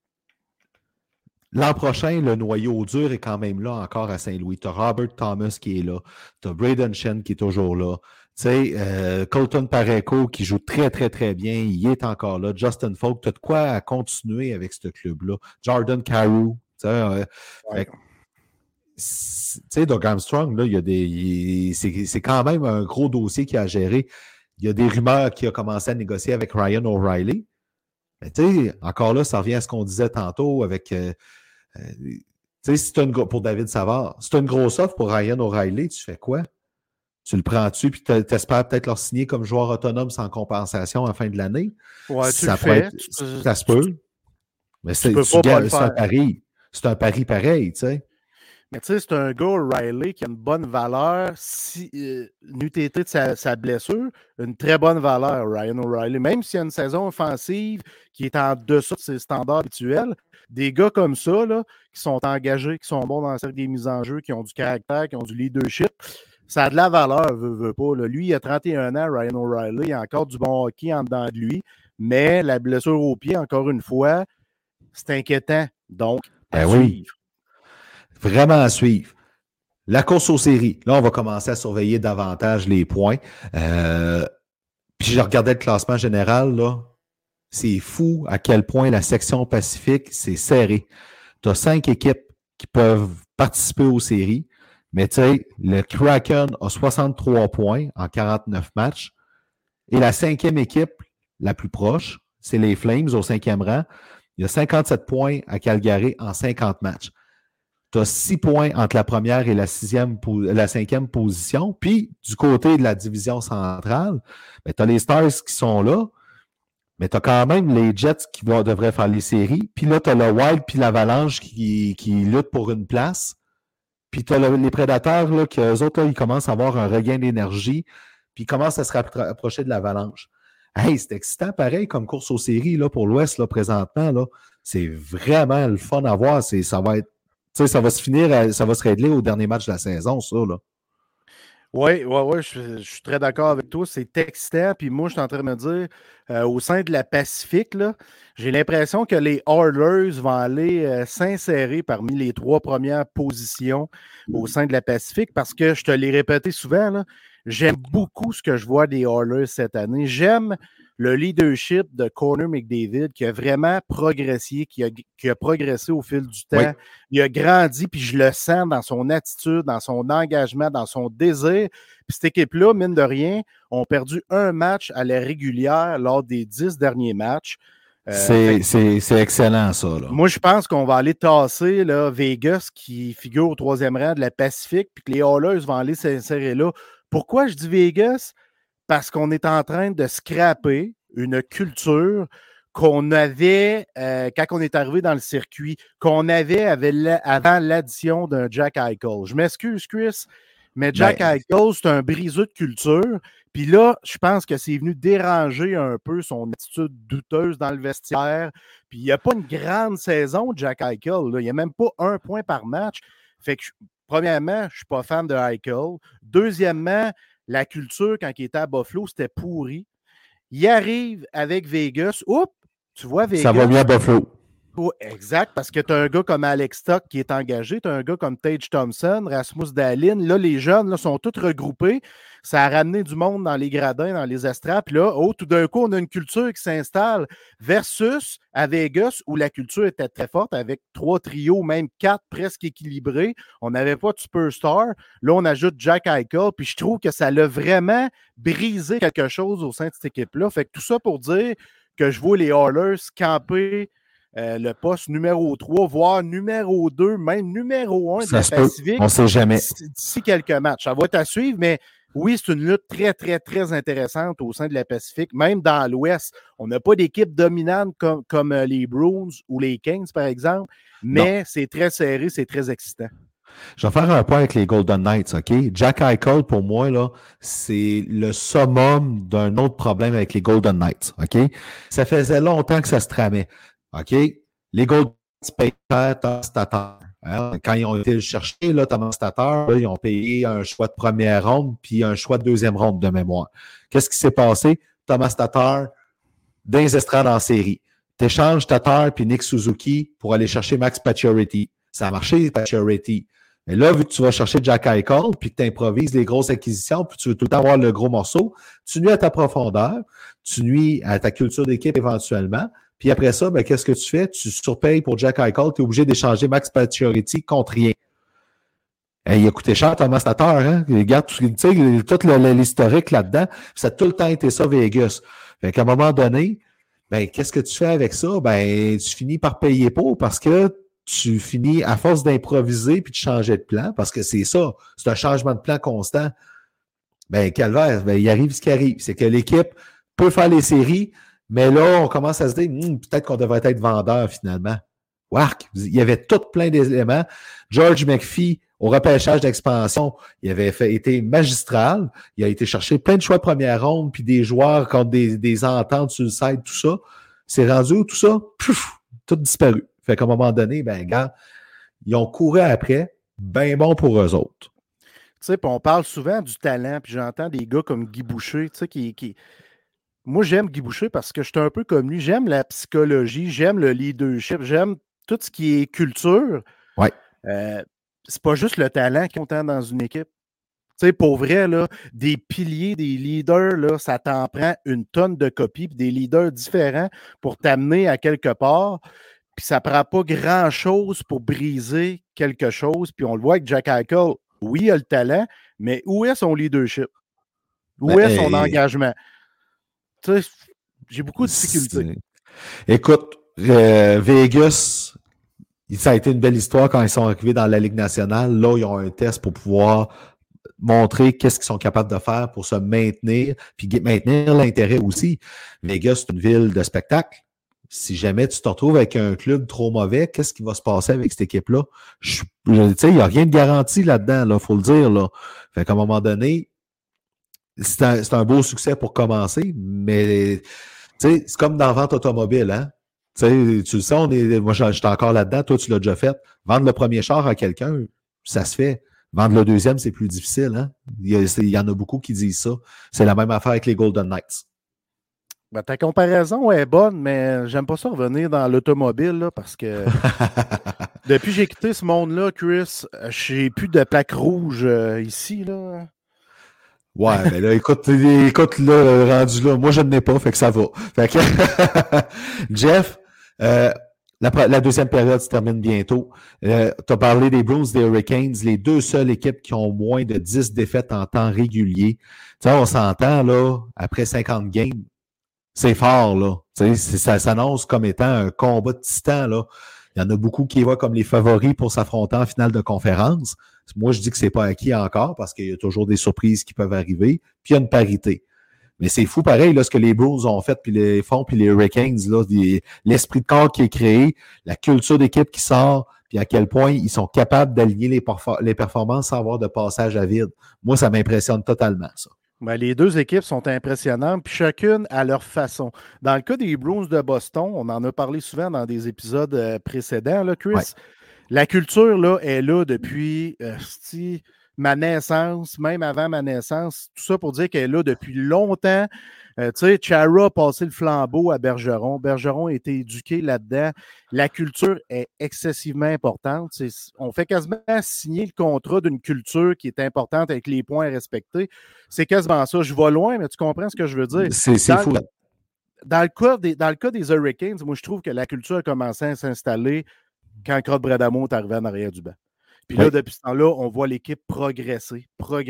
l'an prochain, le noyau dur est quand même là encore à Saint-Louis. Tu as Robert Thomas qui est là. Tu as Braden Shen qui est toujours là. Tu sais, Colton Parayko qui joue très, très, très bien. Il est encore là. Justin Falk, tu as de quoi continuer avec ce club-là. Jordan Carew. Tu sais, Doug Armstrong, là, c'est quand même un gros dossier qu'il a géré. Il y a des rumeurs qu'il a commencé à négocier avec Ryan O'Reilly. Mais tu sais, encore là, ça revient à ce qu'on disait tantôt avec... tu sais, si pour David Savard, si tu as une grosse offre pour Ryan O'Reilly, tu fais quoi? Tu le prends-tu puis tu espères peut-être leur signer comme joueur autonome sans compensation à la fin de l'année? Ouais, ça se peut. Mais c'est un pari. C'est un pari pareil, tu sais. Mais tu sais, c'est un gars, O'Reilly, qui a une bonne valeur, n'eût été de sa blessure, une très bonne valeur, Ryan O'Reilly. Même s'il y a une saison offensive qui est en dessous de ses standards habituels, des gars comme ça, là, qui sont engagés, qui sont bons dans le cercle des mises en jeu, qui ont du caractère, qui ont du leadership, ça a de la valeur, veut pas. Là. Lui, il a 31 ans, Ryan O'Reilly, il a encore du bon hockey en dedans de lui, mais la blessure au pied, encore une fois, c'est inquiétant. Donc, à suivre. Vraiment à suivre. La course aux séries. Là, on va commencer à surveiller davantage les points. Puis je regardais le classement général, là. C'est fou à quel point la section Pacifique, c'est serré. Tu as 5 équipes qui peuvent participer aux séries. Mais tu sais, le Kraken a 63 points en 49 matchs. Et la 5e équipe, la plus proche, c'est les Flames au 5e rang. Il y a 57 points à Calgary en 50 matchs. Tu as 6 points entre la première et la 5e position. Puis, du côté de la division centrale, ben, tu as les Stars qui sont là, mais tu as quand même les Jets qui devraient faire les séries. Puis là, tu as le Wild puis l'Avalanche qui luttent pour une place. Puis tu as les Prédateurs, là, qu'eux autres, là, ils commencent à avoir un regain d'énergie. Puis ils commencent à se rapprocher de l'Avalanche. Hey, c'est excitant pareil comme course aux séries là, pour l'Ouest là, présentement. Là. C'est vraiment le fun à voir. Ça va être Tu sais, ça va se finir, ça va se régler au dernier match de la saison, ça, là. Oui, je suis très d'accord avec toi. C'est excitant. Puis moi, je suis en train de me dire, au sein de la Pacifique, là, j'ai l'impression que les Oilers vont aller s'insérer parmi les 3 premières positions au sein de la Pacifique parce que, je te l'ai répété souvent, là, j'aime beaucoup ce que je vois des Oilers cette année. J'aime le leadership de Connor McDavid qui a vraiment progressé, qui a progressé au fil du temps. Oui. Il a grandi, puis je le sens dans son attitude, dans son engagement, dans son désir. Puis cette équipe-là, mine de rien, ont perdu un match à la régulière lors des 10 derniers matchs. C'est excellent, ça, là. Moi, je pense qu'on va aller tasser là, Vegas, qui figure au 3e rang de la Pacifique, puis que les Oilers vont aller s'insérer là. Pourquoi je dis Vegas? Parce qu'on est en train de scraper une culture qu'on avait quand on est arrivé dans le circuit, qu'on avait avant l'addition d'un Jack Eichel. Je m'excuse, Chris, mais Jack Eichel, c'est un briseux de culture. Puis là, je pense que c'est venu déranger un peu son attitude douteuse dans le vestiaire. Puis il n'y a pas une grande saison de Jack Eichel. Là. Il n'y a même pas 1 point par match. Fait que, premièrement, je ne suis pas fan de Eichel. Deuxièmement, la culture, quand il était à Buffalo, c'était pourri. Il arrive avec Vegas. Oups, tu vois Vegas. Ça va mieux à Buffalo. Oh, exact, parce que tu as un gars comme Alex Stock qui est engagé, tu as un gars comme Tage Thompson, Rasmus Dahlin. Là, les jeunes là, sont tous regroupés. Ça a ramené du monde dans les gradins, dans les estrades. Puis là, tout d'un coup, on a une culture qui s'installe versus à Vegas où la culture était très forte avec 3 trios, même 4 presque équilibrés. On n'avait pas de superstar. Là, on ajoute Jack Eichel. Puis je trouve que ça l'a vraiment brisé quelque chose au sein de cette équipe-là. Fait que tout ça pour dire que je vois les Oilers camper le poste numéro 3, voire numéro 2, même numéro 1 de la Pacifique. On ne sait jamais. D'ici quelques matchs. Ça va être à suivre, mais oui, c'est une lutte très, très, très intéressante au sein de la Pacifique. Même dans l'Ouest, on n'a pas d'équipe dominante comme les Bruins ou les Kings, par exemple, mais c'est très serré, c'est très excitant. Je vais faire un point avec les Golden Knights, OK? Jack Eichel, pour moi, là, c'est le summum d'un autre problème avec les Golden Knights, OK? Ça faisait longtemps que ça se tramait. OK? Les Golden Knights payent cher Thomas Tatar. Hein? Quand ils ont été le chercher, là, Thomas Tatar, là, ils ont payé un choix de première ronde puis un choix de deuxième ronde de mémoire. Qu'est-ce qui s'est passé? Thomas Tatar, dans les estrades en série. T'échanges Tatar puis Nick Suzuki pour aller chercher Max Pacioretty. Ça a marché, Pacioretty. Mais là, vu que tu vas chercher Jack Eichel puis que tu improvises les grosses acquisitions puis tu veux tout le temps avoir le gros morceau, tu nuis à ta profondeur, tu nuis à ta culture d'équipe éventuellement. Puis après ça, ben, qu'est-ce que tu fais? Tu surpayes pour Jack Eichel, tu es obligé d'échanger Max Pacioretty contre rien. Il a coûté cher Thomas Tatar, hein? Regarde tout l'historique là-dedans. Ça a tout le temps été ça, Vegas. Fait qu'à un moment donné, ben, qu'est-ce que tu fais avec ça? Ben, tu finis par payer pour parce que tu finis à force d'improviser puis de changer de plan, parce que c'est ça, c'est un changement de plan constant. Ben, calvaire, ben, il arrive ce qui arrive. C'est que l'équipe peut faire les séries, mais là, on commence à se dire, peut-être qu'on devrait être vendeur finalement. Wark, il y avait tout plein d'éléments. George McPhee, au repêchage d'expansion, il avait été magistral. Il a été chercher plein de choix de première ronde, puis des joueurs contre des ententes sur le site, tout ça. C'est rendu où tout ça? Pouf, tout disparu. Fait qu'à un moment donné, ben, gars, ils ont couru après, ben bon pour eux autres. Tu sais, puis on parle souvent du talent, puis j'entends des gars comme Guy Boucher, tu sais, qui... Moi, j'aime Guy Boucher parce que je suis un peu comme lui. J'aime la psychologie, j'aime le leadership, j'aime tout ce qui est culture. Ouais. C'est pas juste le talent qui compte dans une équipe. Tu sais, pour vrai, là, des piliers, des leaders, là, ça t'en prend une tonne de copies, puis des leaders différents pour t'amener à quelque part. Puis ça prend pas grand-chose pour briser quelque chose. Puis on le voit avec Jack Eichel. Oui, il a le talent, mais où est son leadership? Où est son engagement? Tu sais, j'ai beaucoup de difficultés. Écoute, Vegas, ça a été une belle histoire quand ils sont arrivés dans la Ligue nationale. Là, ils ont un test pour pouvoir montrer qu'est-ce qu'ils sont capables de faire pour se maintenir, puis maintenir l'intérêt aussi. Vegas, c'est une ville de spectacle. Si jamais tu te retrouves avec un club trop mauvais, qu'est-ce qui va se passer avec cette équipe-là? Tu sais, il n'y a rien de garanti là-dedans, là, faut le dire, là. Fait qu'à un moment donné, c'est un beau succès pour commencer, mais tu sais, c'est comme dans la vente automobile, hein? sais, tu le sais, moi, j'étais encore là-dedans. Toi, tu l'as déjà fait. Vendre le premier char à quelqu'un, ça se fait. Vendre le deuxième, c'est plus difficile. Hein? Il y en a beaucoup qui disent ça. C'est la même affaire avec les Golden Knights. Ben, ta comparaison est bonne, mais j'aime pas ça revenir dans l'automobile là, parce que depuis que j'ai quitté ce monde-là, Chris, j'ai plus de plaque rouge ici. Là. Ouais, mais là, écoute, là, rendu là, moi, je ne l'ai pas, fait que ça va. Fait que Jeff, la deuxième période se termine bientôt. Tu as parlé des Bruins, des Hurricanes, les deux seules équipes qui ont moins de 10 défaites en temps régulier. Tu sais, on s'entend, là, après 50 games, c'est fort, là. Tu sais, ça s'annonce comme étant un combat de titans, là. Il y en a beaucoup qui voient comme les favoris pour s'affronter en finale de conférence. Moi, je dis que c'est pas acquis encore parce qu'il y a toujours des surprises qui peuvent arriver. Puis il y a une parité. Mais c'est fou pareil, là, ce que les Bruins ont fait, puis les font, puis les Hurricanes, là, l'esprit de corps qui est créé, la culture d'équipe qui sort, puis à quel point ils sont capables d'aligner les performances sans avoir de passage à vide. Moi, ça m'impressionne totalement, ça. Ben, les deux équipes sont impressionnantes, puis chacune à leur façon. Dans le cas des Bruins de Boston, on en a parlé souvent dans des épisodes précédents, là, Chris. Ouais. La culture là, est là depuis ma naissance, même avant ma naissance. Tout ça pour dire qu'elle est là depuis longtemps. Tu sais, Chara a passé le flambeau à Bergeron. Bergeron a été éduqué là-dedans. La culture est excessivement importante. On fait quasiment signer le contrat d'une culture qui est importante avec les points respectés. C'est quasiment ça. Je vais loin, mais tu comprends ce que je veux dire. C'est fou. Dans le cas des Hurricanes, moi, je trouve que la culture a commencé à s'installer quand Claude Bradamo est arrivé en arrière du banc. Puis là, depuis ce temps-là, on voit l'équipe progresser.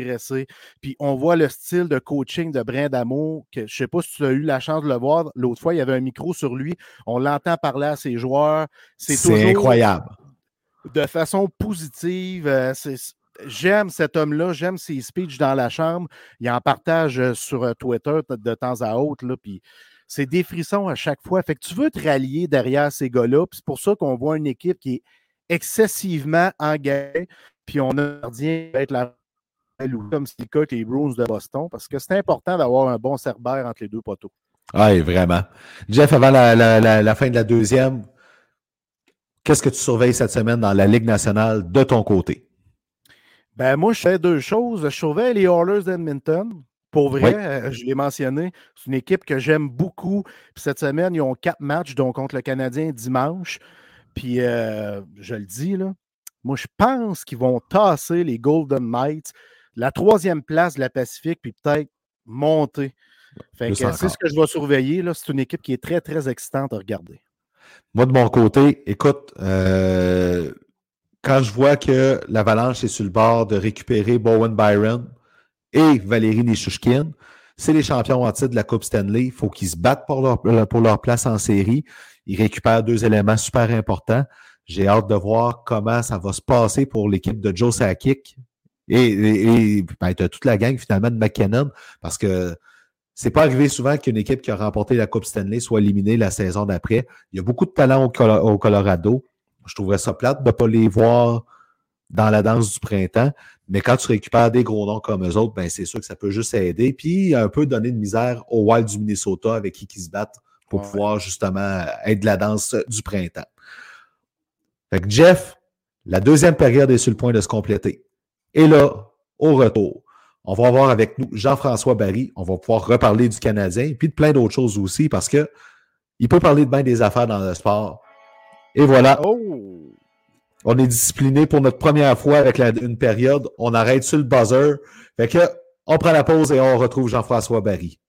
Puis on voit le style de coaching de Bradamo, que je ne sais pas si tu as eu la chance de le voir. L'autre fois, il y avait un micro sur lui. On l'entend parler à ses joueurs. C'est incroyable. De façon positive. J'aime cet homme-là. J'aime ses speeches dans la chambre. Il en partage sur Twitter de temps à autre. Là, puis c'est des frissons à chaque fois. Fait que tu veux te rallier derrière ces gars-là. Puis c'est pour ça qu'on voit une équipe qui est excessivement engagé, puis on a un gardien être la comme c'est le cas avec les Bruins de Boston, parce que c'est important d'avoir un bon cerbère entre les deux poteaux. Oui, vraiment. Jeff, avant la fin de la deuxième, qu'est-ce que tu surveilles cette semaine dans la Ligue nationale de ton côté? Ben moi, je fais deux choses. Je surveille les Oilers d'Edmonton. Pour vrai, je l'ai mentionné, c'est une équipe que j'aime beaucoup. Puis cette semaine, ils ont 4 matchs, donc contre le Canadien dimanche. Puis, je le dis, là, moi, je pense qu'ils vont tasser les Golden Knights, la 3e place de la Pacifique, puis peut-être monter. Fait que c'est ce que je vais surveiller. Là. C'est une équipe qui est très, très excitante à regarder. Moi, de mon côté, écoute, quand je vois que l'Avalanche est sur le bord de récupérer Bowen Byron et Valérie Nichushkin, c'est les champions en titre de la Coupe Stanley. Il faut qu'ils se battent pour leur place en série. Ils récupèrent 2 éléments super importants. J'ai hâte de voir comment ça va se passer pour l'équipe de Joe Sakic et de toute la gang finalement de McKinnon, parce que c'est pas arrivé souvent qu'une équipe qui a remporté la Coupe Stanley soit éliminée la saison d'après. Il y a beaucoup de talent au Colorado. Je trouverais ça plate de ne pas les voir dans la danse du printemps, mais quand tu récupères des gros noms comme eux autres, ben c'est sûr que ça peut juste aider, puis un peu donner de misère aux Wild du Minnesota avec qui ils se battent pour pouvoir justement être de la danse du printemps. Fait que Jeff, la deuxième période est sur le point de se compléter. Et là, au retour, on va avoir avec nous Jean-François Barry. On va pouvoir reparler du Canadien, puis de plein d'autres choses aussi, parce que il peut parler de bien des affaires dans le sport. Et voilà. Oh. On est discipliné pour notre première fois avec une période. On arrête sur le buzzer. Fait que on prend la pause et on retrouve Jean-François Barry.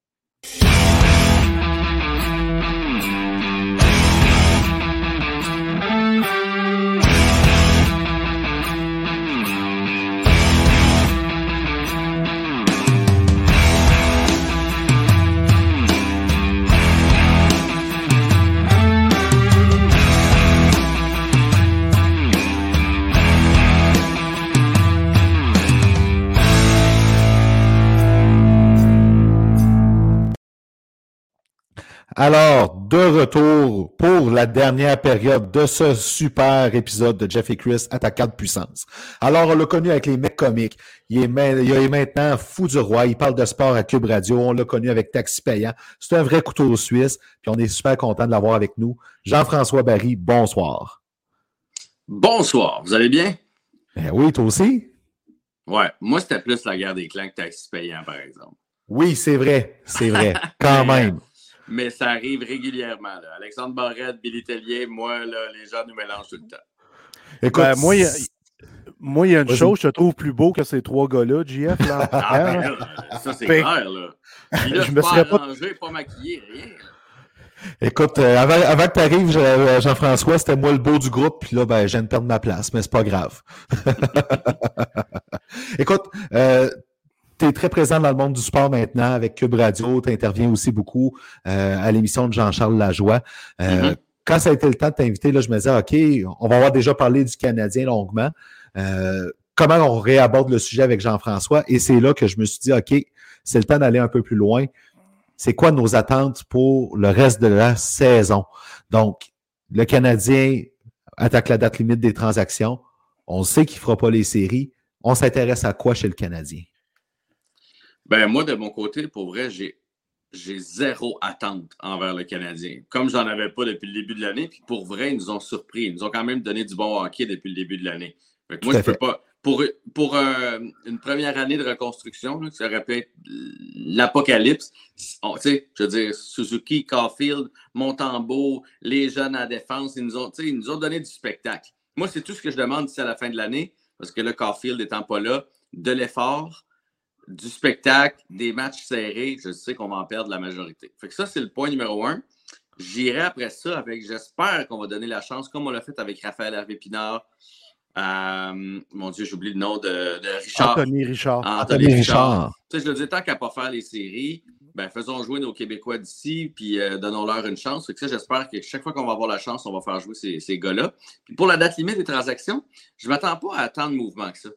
Alors, de retour pour la dernière période de ce super épisode de Jeff et Chris, attaquant de puissance. Alors, on l'a connu avec les mecs comiques. Il est maintenant fou du roi. Il parle de sport à Cube Radio. On l'a connu avec Taxi Payant. C'est un vrai couteau suisse. Puis on est super content de l'avoir avec nous. Jean-François Barry, bonsoir. Bonsoir. Vous allez bien? Ben oui, toi aussi? Ouais. Moi, c'était plus la guerre des clans que Taxi Payant, par exemple. Oui, c'est vrai. C'est vrai. Quand même. Mais ça arrive régulièrement. Là. Alexandre Barrette, Billy Tellier, moi, là, les gens nous mélangent tout le temps. Écoute, moi, il y a une chose que je trouve plus beau que ces trois gars-là, JF. Là, là, ça, c'est clair. Là. Puis là, je me serais pas arrangé, pas maquillé, rien. Là. Écoute, avant que tu arrives, Jean-François, c'était moi le beau du groupe, puis là, ben, je viens de perdre ma place, mais c'est pas grave. Écoute, tu es très présent dans le monde du sport maintenant avec Cube Radio. Tu interviens aussi beaucoup à l'émission de Jean-Charles Lajoie. Quand ça a été le temps de t'inviter, là, je me disais, OK, on va avoir déjà parlé du Canadien longuement. Comment on réaborde le sujet avec Jean-François? Et c'est là que je me suis dit, OK, c'est le temps d'aller un peu plus loin. C'est quoi nos attentes pour le reste de la saison? Donc, le Canadien attaque la date limite des transactions. On sait qu'il ne fera pas les séries. On s'intéresse à quoi chez le Canadien? Ben moi, de mon côté, pour vrai, j'ai zéro attente envers le Canadien. Comme j'en avais pas depuis le début de l'année, puis pour vrai, ils nous ont surpris. Ils nous ont quand même donné du bon hockey depuis le début de l'année. Moi, je peux pas. Pour une première année de reconstruction, là, ça aurait pu être l'apocalypse. Je veux dire, Suzuki, Caulfield, Montembeault, les jeunes à défense, ils nous ont donné du spectacle. Moi, c'est tout ce que je demande d'ici à la fin de l'année, parce que là, Caulfield n'étant pas là, de l'effort, du spectacle, des matchs serrés, je sais qu'on va en perdre la majorité. Fait que ça, c'est le point numéro 1. J'irai après ça avec, j'espère qu'on va donner la chance, comme on l'a fait avec Raphaël Harvey-Pinard. Mon Dieu, j'oublie le nom de Richard. Anthony Richard. Anthony Richard. Tu sais, je le dis, tant qu'à pas faire les séries, ben faisons jouer nos Québécois d'ici, puis donnons-leur une chance. Fait que ça, j'espère que chaque fois qu'on va avoir la chance, on va faire jouer ces gars-là. Puis pour la date limite des transactions, je ne m'attends pas à tant de mouvements que ça.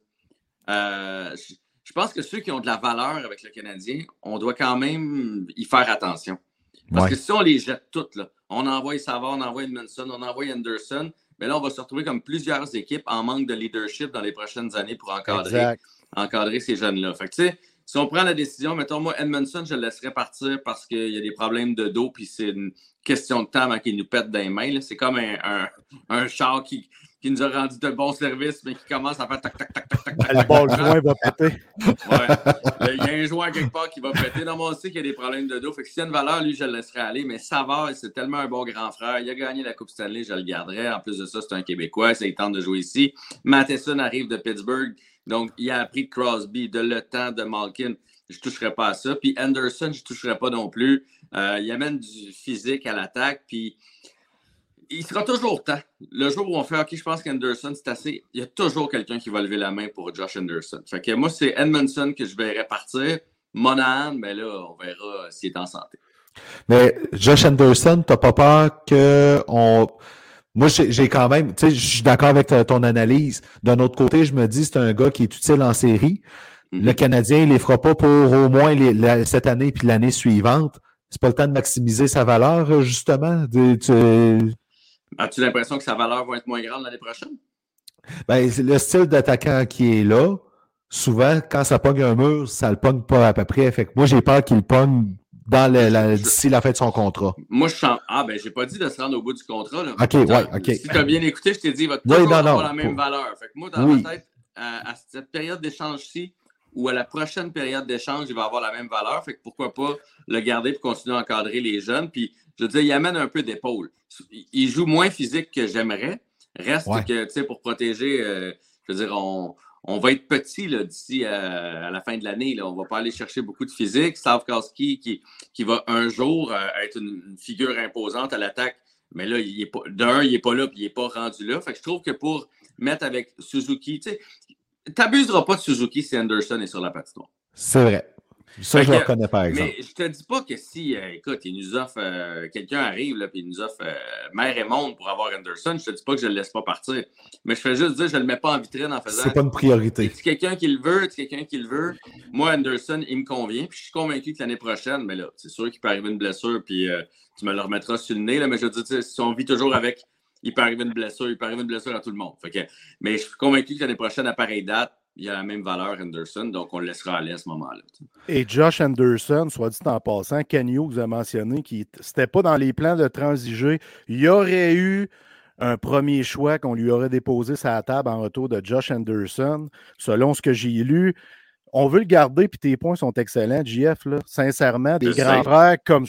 Je pense que ceux qui ont de la valeur avec le Canadien, on doit quand même y faire attention. Parce que si on les jette toutes, là, on envoie Savard, on envoie Edmondson, on envoie Anderson, mais là, on va se retrouver comme plusieurs équipes en manque de leadership dans les prochaines années pour encadrer ces jeunes-là. Fait que, tu sais, si on prend la décision, mettons, moi, Edmondson, je le laisserais partir parce qu'il y a des problèmes de dos, puis c'est une question de temps avant qu'il nous pète dans les mains. Là. C'est comme un char qui nous a rendu de bons services, mais qui commence à faire tac, tac, tac, tac, tac, tac. Le bon joint va péter. Ouais. Il y a un joint quelque part qui va péter. Non, moi aussi qu'il y a des problèmes de dos. Fait que s'il y a une valeur, lui, je le laisserai aller. Mais Savard, c'est tellement un bon grand frère. Il a gagné la Coupe Stanley, je le garderai. En plus de ça, c'est un Québécois. Ça, il tente de jouer ici. Matheson arrive de Pittsburgh. Donc, il a appris de Crosby, de Le Temps, de Malkin. Je ne toucherai pas à ça. Puis Anderson, je ne toucherai pas non plus. Il amène du physique à l'attaque. Puis il sera toujours temps. Le jour où on fait OK, je pense qu'Anderson, c'est assez. Il y a toujours quelqu'un qui va lever la main pour Josh Anderson. Fait que moi, c'est Edmondson que je verrai partir. Monahan, mais là, on verra s'il est en santé. Mais Josh Anderson, t'as pas peur que on. Moi, j'ai quand même, tu sais, je suis d'accord avec ton analyse. D'un autre côté, je me dis, c'est un gars qui est utile en série. Le Canadien, il les fera pas pour au moins cette année puis l'année suivante. C'est pas le temps de maximiser sa valeur, justement. As-tu l'impression que sa valeur va être moins grande l'année prochaine? Ben, le style d'attaquant qui est là, souvent, quand ça pogne un mur, ça le pogne pas à peu près. Fait que moi, j'ai peur qu'il le pogne d'ici la fin de son contrat. Moi, je sens. Ah, ben, j'ai pas dit de se rendre au bout du contrat. Là. OK, OK. Si tu as bien écouté, je t'ai dit, il va toujours avoir la même valeur. Fait que moi, dans ma tête, à cette période d'échange-ci, ou à la prochaine période d'échange, il va avoir la même valeur. Fait que pourquoi pas le garder pour continuer à encadrer les jeunes. Puis, je veux dire, il amène un peu d'épaule. Il joue moins physique que j'aimerais. Reste que, tu sais, pour protéger, je veux dire, on va être petit là, d'ici à la fin de l'année. Là. On ne va pas aller chercher beaucoup de physique. Stavkowski qui va un jour être une figure imposante à l'attaque. Mais là, il n'est pas là puis il n'est pas rendu là. Fait que je trouve que pour mettre avec Suzuki, tu sais, t'abuseras pas de Suzuki si Anderson est sur la patinoire. C'est vrai. Ça, je le reconnais par exemple. Mais je te dis pas que si, écoute, il nous offre, quelqu'un arrive, là, puis il nous offre mer et monde pour avoir Anderson, je te dis pas que je le laisse pas partir. Mais je fais juste dire, je le mets pas en vitrine en faisant. C'est pas une priorité. C'est quelqu'un qui le veut. Moi, Anderson, il me convient. Puis je suis convaincu que l'année prochaine, mais là, c'est sûr qu'il peut arriver une blessure, puis tu me le remettras sur le nez, là, mais je veux dire, si on vit toujours avec, il peut arriver une blessure à tout le monde. Mais je suis convaincu que l'année prochaine, à pareille date, il a la même valeur, Anderson, donc on le laissera aller à ce moment-là. Et Josh Anderson, soit dit en passant, Ken Hughes a mentionné qu'il n'était pas dans les plans de transiger. Il y aurait eu un premier choix qu'on lui aurait déposé sur la table en retour de Josh Anderson. Selon ce que j'ai lu, on veut le garder, puis tes points sont excellents, JF. Là. Sincèrement, des grands frères comme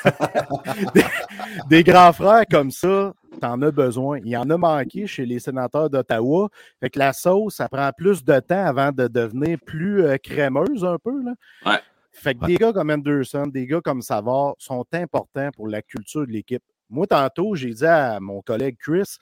des grands frères comme ça, t'en as besoin. Il y en a manqué chez les sénateurs d'Ottawa. Fait que la sauce, ça prend plus de temps avant de devenir plus crémeuse un peu. Là. Ouais. Fait que des gars comme Anderson, des gars comme Savard sont importants pour la culture de l'équipe. Moi, tantôt, j'ai dit à mon collègue Chris,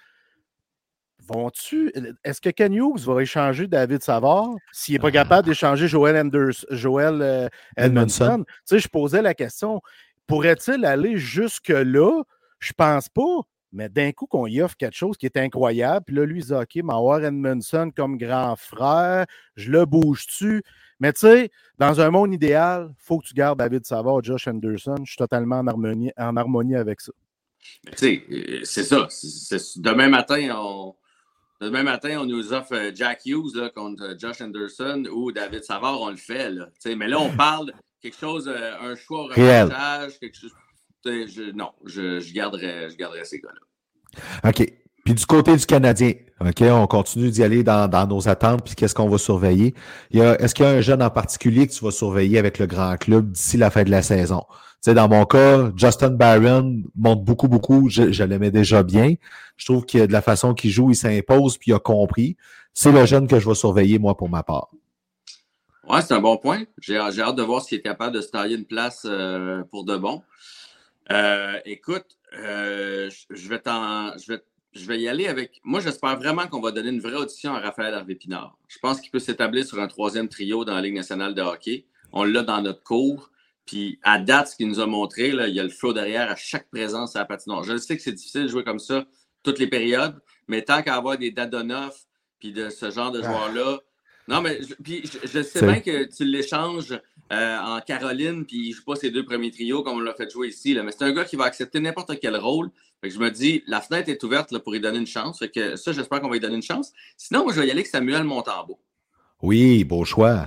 est-ce que Ken Hughes va échanger David Savard s'il n'est pas capable d'échanger Joel Edmondson? Tu sais, je posais la question, pourrait-il aller jusque-là? Je pense pas. Mais d'un coup, qu'on y offre quelque chose qui est incroyable, puis là, lui, il dit, OK, m'avoir Edmondson comme grand frère, je le bouge-tu? Mais tu sais, dans un monde idéal, il faut que tu gardes David Savard, Josh Anderson. Je suis totalement en harmonie avec ça. Tu sais, c'est ça. Demain matin, on nous offre Jack Hughes là, contre Josh Anderson ou David Savard, on le fait. Là. Mais là, on parle de quelque chose, un choix au revanchage, quelque chose. Je garderais ces gars-là. OK. Puis du côté du Canadien, OK, on continue d'y aller dans nos attentes, puis qu'est-ce qu'on va surveiller? Est-ce qu'il y a un jeune en particulier que tu vas surveiller avec le grand club d'ici la fin de la saison? Tu sais, dans mon cas, Justin Barron monte beaucoup. Je l'aimais déjà bien. Je trouve que de la façon qu'il joue, il s'impose, puis il a compris. C'est le jeune que je vais surveiller, moi, pour ma part. Ouais, c'est un bon point. J'ai hâte de voir s'il est capable de se tailler une place pour de bon. Écoute, je vais y aller avec... Moi, j'espère vraiment qu'on va donner une vraie audition à Raphaël Harvey-Pinard. Je pense qu'il peut s'établir sur un troisième trio dans la Ligue nationale de hockey. On l'a dans notre cours. Puis, à date, ce qu'il nous a montré, là, il y a le flow derrière à chaque présence à la patinoire. Je sais que c'est difficile de jouer comme ça toutes les périodes, mais tant qu'à avoir des Dadonov puis de ce genre de joueurs-là... Non, mais je sais bien que tu l'échanges en Caroline, puis il ne joue pas ses deux premiers trios comme on l'a fait jouer ici. Là. Mais c'est un gars qui va accepter n'importe quel rôle. Fait que je me dis, la fenêtre est ouverte là, pour lui donner une chance. Fait que ça, j'espère qu'on va lui donner une chance. Sinon, moi, je vais y aller avec Samuel Montembeault. Oui, beau choix.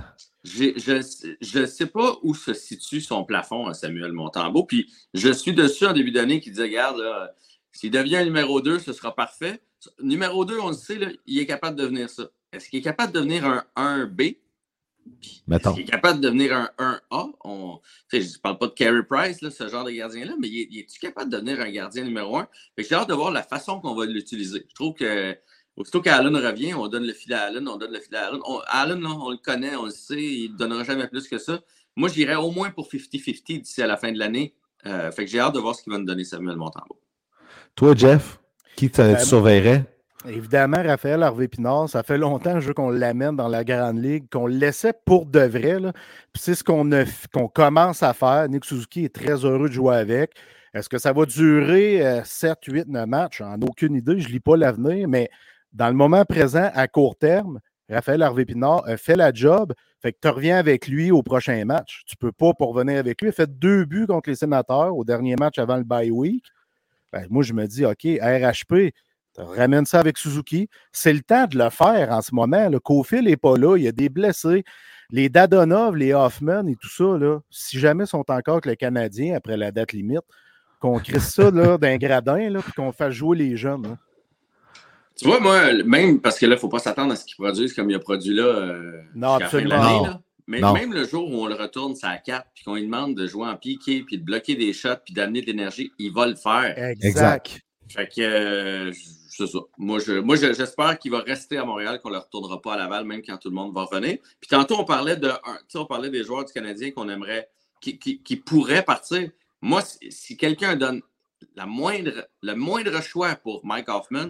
Je ne sais pas où se situe son plafond à Samuel Montembeault. Puis je suis dessus en début d'année qui dit, regarde, là, s'il devient numéro 2, ce sera parfait. Numéro 2, on le sait, là, il est capable de devenir ça. Est-ce qu'il est capable de devenir un 1B? Est-ce qu'il est capable de devenir un 1A? Je ne parle pas de Carey Price, là, ce genre de gardien-là, mais est-tu capable de devenir un gardien numéro 1? J'ai hâte de voir la façon qu'on va l'utiliser. Je trouve que aussitôt qu'Allen revient, on donne le filet à Allen, Allen, là, on le connaît, on le sait, il ne donnera jamais plus que ça. Moi, j'irais au moins pour 50-50 d'ici à la fin de l'année. Fait que j'ai hâte de voir ce qu'il va nous donner Samuel Montembeault. Toi, Jeff, qui tu surveillerais? Évidemment, Raphaël Harvey-Pinard, ça fait longtemps je veux qu'on l'amène dans la Grande Ligue, qu'on le laissait pour de vrai. Là. Puis c'est ce qu'on commence à faire. Nick Suzuki est très heureux de jouer avec. Est-ce que ça va durer 7, 8, 9 matchs? J'en ai aucune idée. Je ne lis pas l'avenir, mais dans le moment présent, à court terme, Raphaël Harvey-Pinard a fait la job. Fait que tu reviens avec lui au prochain match. Tu ne peux pas revenir avec lui. Il a fait 2 buts contre les Sénateurs au dernier match avant le bye week. Ben, moi, je me dis, OK, RHP, ramène ça avec Suzuki. C'est le temps de le faire en ce moment. Le Caulfield n'est pas là. Il y a des blessés. Les Dadonov, les Hoffman et tout ça, là, si jamais sont encore avec le Canadien après la date limite, qu'on crisse ça là, d'un gradin et qu'on fasse jouer les jeunes. Là. Tu vois, moi, même parce que là, il ne faut pas s'attendre à ce qu'ils produisent comme il a produit là. Non, absolument. Là. Mais même le jour où on le retourne sur la 4 puis qu'on lui demande de jouer en piqué puis de bloquer des shots puis d'amener de l'énergie, il va le faire. Exact. Fait que c'est ça. Moi, j'espère qu'il va rester à Montréal, qu'on ne le retournera pas à Laval, même quand tout le monde va revenir. Puis tantôt, on parlait des joueurs du Canadien qu'on aimerait, qui pourraient partir. Moi, si quelqu'un donne le moindre choix pour Mike Hoffman.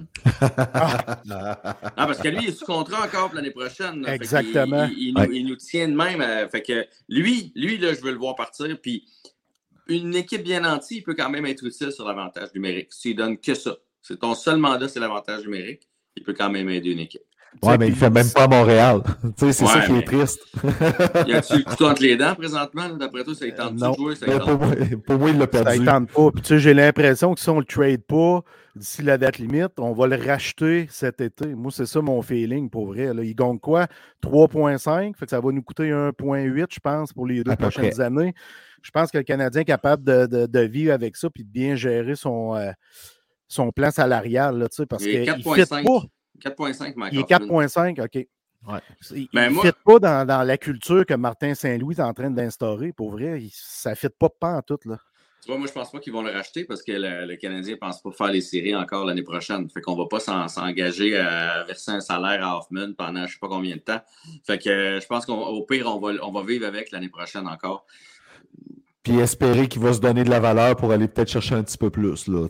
Parce que lui, il est sous contrat encore pour l'année prochaine. Là. Exactement. Il nous tient de même. Fait que lui là, je veux le voir partir. Puis une équipe bien nantie, il peut quand même être utile sur l'avantage numérique. S'il donne que ça. C'est ton seul mandat, c'est l'avantage numérique. Il peut quand même aider une équipe. Ouais, mais il ne fait même pas à Montréal. C'est ça qui est triste. Y a-tu le couteau entre les dents présentement? Là? D'après toi, ça ne tente de jouer? Pour moi, il l'a perdu. Ça ne tente pas. Puis, j'ai l'impression que si on ne le trade pas d'ici la date limite, on va le racheter cet été. Moi, c'est ça mon feeling pour vrai. Là. Il gagne quoi? 3,5. Fait que ça va nous coûter 1,8, je pense, pour les 2 prochaines années. Je pense que le Canadien est capable de vivre avec ça et de bien gérer son plan salarial. Là, parce qu'il ne fit pas. 4,5, Mike. Il est 4,5, OK. Ouais. Il ne fit pas dans la culture que Martin Saint-Louis est en train d'instaurer. Pour vrai, ça ne fit pas en tout. Là. Tu vois, moi, je pense pas qu'ils vont le racheter parce que le Canadien ne pense pas faire les séries encore l'année prochaine. Fait qu'on ne va pas s'engager à verser un salaire à Hoffman pendant je ne sais pas combien de temps. Fait que je pense qu'au pire, on va vivre avec l'année prochaine encore. Puis espérer qu'il va se donner de la valeur pour aller peut-être chercher un petit peu plus. Là,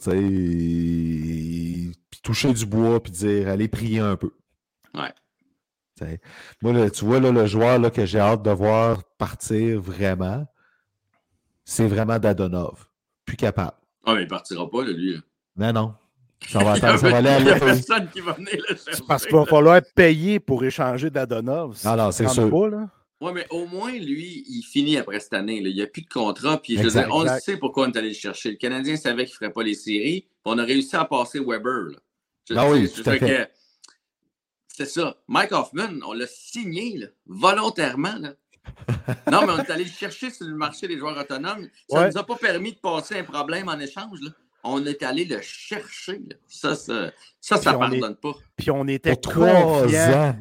puis toucher du bois puis dire allez prier un peu. Ouais. T'sais. Moi, là, tu vois, là, le joueur là, que j'ai hâte de voir partir vraiment, c'est vraiment Dadonov. Plus capable. Ah, mais il ne partira pas, lui. Non. Ça va aller à l'effet. Personne qui va venir le chercher. Parce qu'il va falloir payer pour échanger Dadonov. Non, c'est sûr. Oui, mais au moins, lui, il finit après cette année. Là. Il n'y a plus de contrat. Puis, je veux dire, on sait pourquoi on est allé le chercher. Le Canadien savait qu'il ne ferait pas les séries. On a réussi à passer Weber. Oui, tout à fait. C'est ça. Mike Hoffman, on l'a signé là, volontairement. Là. Non, mais on est allé le chercher sur le marché des joueurs autonomes. Ça ne nous a pas permis de passer un problème en échange. Là. On est allé le chercher. Là. Ça ne pardonne pas. Puis on était pour 3 ans.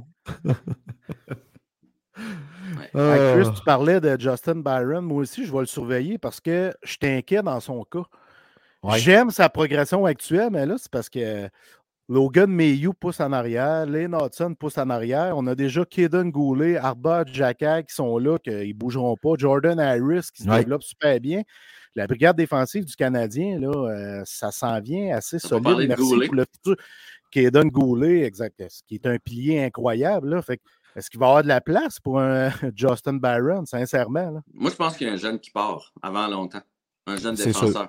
Chris, tu parlais de Justin Byron. Moi aussi, je vais le surveiller parce que je t'inquiète dans son cas. Ouais. J'aime sa progression actuelle, mais là, c'est parce que Logan Mayhew pousse en arrière, Lane Hudson pousse en arrière. On a déjà Kaden Goulet, Arba Xhekaj qui sont là, qu'ils ne bougeront pas. Jordan Harris qui se développe super bien. La brigade défensive du Canadien, là, ça s'en vient assez solide. Merci pour le futur. Kaden Goulet, exact, qui est un pilier incroyable. Là, fait que, est-ce qu'il va y avoir de la place pour un Justin Byron, sincèrement? Là? Moi, je pense qu'il y a un jeune qui part avant longtemps. Un jeune défenseur. Sûr.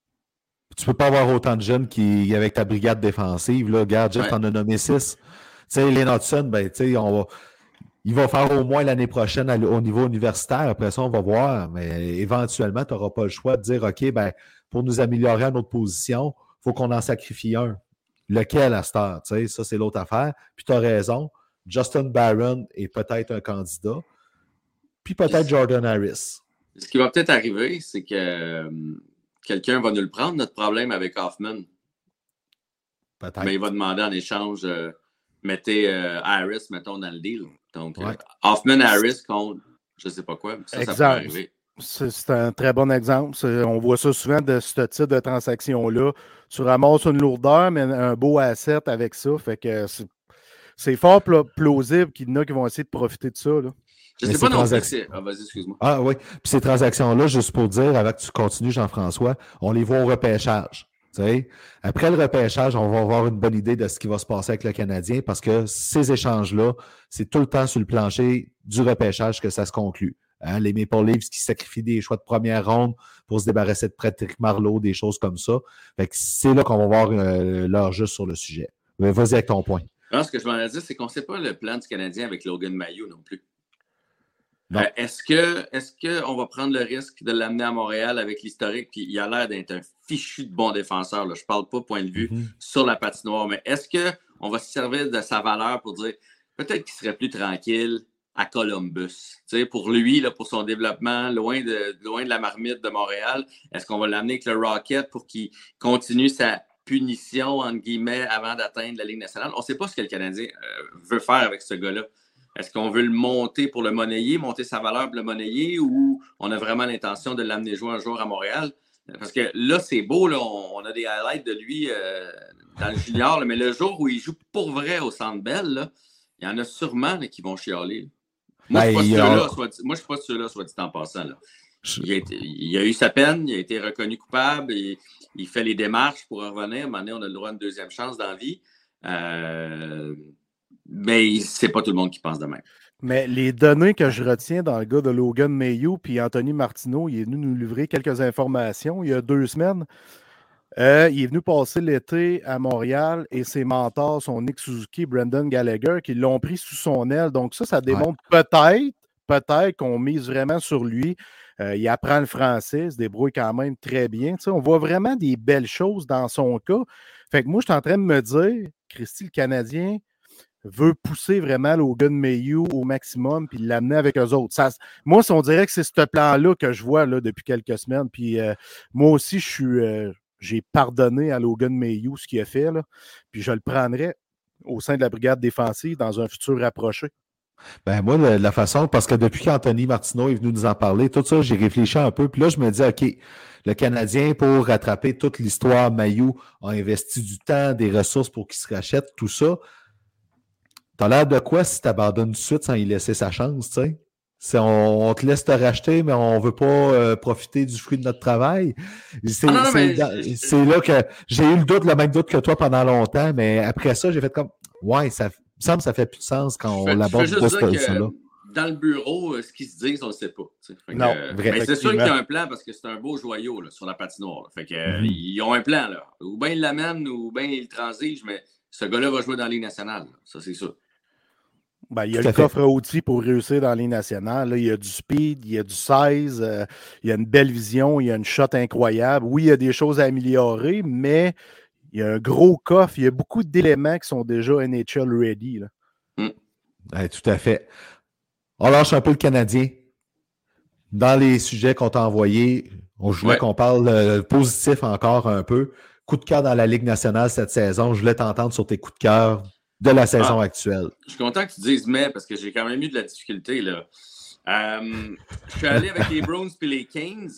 Tu ne peux pas avoir autant de jeunes qui, avec ta brigade défensive. Là, regarde, Jeff, t'en as nommé 6. Tu sais, Lane Hudson, ben, tu sais, il va faire au moins l'année prochaine au niveau universitaire. Après ça, on va voir. Mais éventuellement, tu n'auras pas le choix de dire, OK, ben, pour nous améliorer à notre position, il faut qu'on en sacrifie un. Lequel à cette heure? Tu sais, ça, c'est l'autre affaire. Puis tu as raison. Justin Byron est peut-être un candidat. Puis peut-être Jordan Harris. Ce qui va peut-être arriver, c'est que quelqu'un va nous le prendre, notre problème avec Hoffman. Peut-être. Mais il va demander en échange, mettez Harris, mettons, dans le deal. Donc, Hoffman-Harris contre je ne sais pas quoi. Ça peut arriver. C'est un très bon exemple. On voit ça souvent de ce type de transaction-là. Tu ramasses une lourdeur, mais un beau asset avec ça. Fait que c'est fort plausible qu'il y en a qui vont essayer de profiter de ça. Là. Je ne sais pas non plus. Ah, vas-y, excuse-moi. Ah oui. Puis ces transactions-là, juste pour dire, avant que tu continues, Jean-François, on les voit au repêchage. T'sais. Après le repêchage, on va avoir une bonne idée de ce qui va se passer avec le Canadien parce que ces échanges-là, c'est tout le temps sur le plancher du repêchage que ça se conclut. Hein, les Maple Leafs qui sacrifient des choix de première ronde pour se débarrasser de Patrick Marleau, des choses comme ça. Fait que c'est là qu'on va voir l'heure juste sur le sujet. Mais vas-y avec ton point. Non, ce que je m'en ai dit, c'est qu'on ne sait pas le plan du Canadien avec Logan Mayhew non plus. Est-ce qu'on va prendre le risque de l'amener à Montréal avec l'historique? Puis il a l'air d'être un fichu de bon défenseur. Là. Je ne parle pas point de vue sur la patinoire, mais est-ce qu'on va se servir de sa valeur pour dire peut-être qu'il serait plus tranquille à Columbus? Tu sais, pour lui, là, pour son développement, loin de la marmite de Montréal, est-ce qu'on va l'amener avec le Rocket pour qu'il continue sa punition, entre guillemets, avant d'atteindre la Ligue nationale? On ne sait pas ce que le Canadien veut faire avec ce gars-là. Est-ce qu'on veut le monter pour le monnayer, monter sa valeur pour le monnayer, ou on a vraiment l'intention de l'amener jouer un jour à Montréal? Parce que là, c'est beau, là, on a des highlights de lui dans le junior, là, mais le jour où il joue pour vrai au Centre Bell, là, il y en a sûrement là, qui vont chialer. Moi, je ne suis pas ceux-là, soit dit en passant. Là. Il a eu sa peine, il a été reconnu coupable, il fait les démarches pour revenir. À un moment donné, on a le droit à une deuxième chance dans la vie. Mais c'est pas tout le monde qui pense de même. Mais les données que je retiens dans le gars de Logan Mayhew puis Anthony Martineau, il est venu nous livrer quelques informations il y a 2 semaines. Il est venu passer l'été à Montréal et ses mentors sont Nick Suzuki et Brendan Gallagher qui l'ont pris sous son aile. Donc ça démontre peut-être qu'on mise vraiment sur lui. Il apprend le français, se débrouille quand même très bien. Tu sais, on voit vraiment des belles choses dans son cas. Fait que moi, je suis en train de me dire, Christy, le Canadien, veut pousser vraiment Logan Mayhew au maximum puis l'amener avec eux autres. Moi, on dirait que c'est ce plan-là que je vois là, depuis quelques semaines. Puis moi aussi, j'ai pardonné à Logan Mayhew ce qu'il a fait. Là, puis je le prendrais au sein de la brigade défensive dans un futur rapproché. Ben moi, la façon, parce que depuis qu'Anthony Martineau est venu nous en parler, tout ça, j'ai réfléchi un peu. Puis là, je me dis, OK, le Canadien, pour rattraper toute l'histoire, Mayhew a investi du temps, des ressources pour qu'il se rachète, tout ça. T'as l'air de quoi si t'abandonnes tout de suite sans y laisser sa chance, tu sais? On te laisse te racheter, mais on veut pas profiter du fruit de notre travail. C'est là que j'ai eu le même doute que toi pendant longtemps, mais après ça, j'ai fait comme, ouais, ça me semble que ça fait plus de sens quand on l'aborde de cette façon-là. Dans le bureau, ce qu'ils se disent, on ne le sait pas. Non, mais c'est sûr qu'il y a un plan parce que c'est un beau joyau là, sur la patinoire. Là. Fait que, ils ont un plan. Là. Ou bien ils l'amènent, ou bien ils le transigent, mais ce gars-là va jouer dans la Ligue nationale. Là. Ça, c'est sûr. Ben, il y a le coffre à outils pour réussir dans la Ligue nationale. Là, il y a du speed, il y a du size, il y a une belle vision, il y a une shot incroyable. Oui, il y a des choses à améliorer, mais il y a un gros coffre. Il y a beaucoup d'éléments qui sont déjà NHL ready. Là. Ouais, tout à fait. On lâche un peu le Canadien. Dans les sujets qu'on t'a envoyés, je voulais qu'on parle positif encore un peu. Coup de cœur dans la Ligue nationale cette saison. Je voulais t'entendre sur tes coups de cœur de la saison actuelle. Je suis content que tu dises mais parce que j'ai quand même eu de la difficulté. Là. Je suis allé avec les Bruins et les Kings.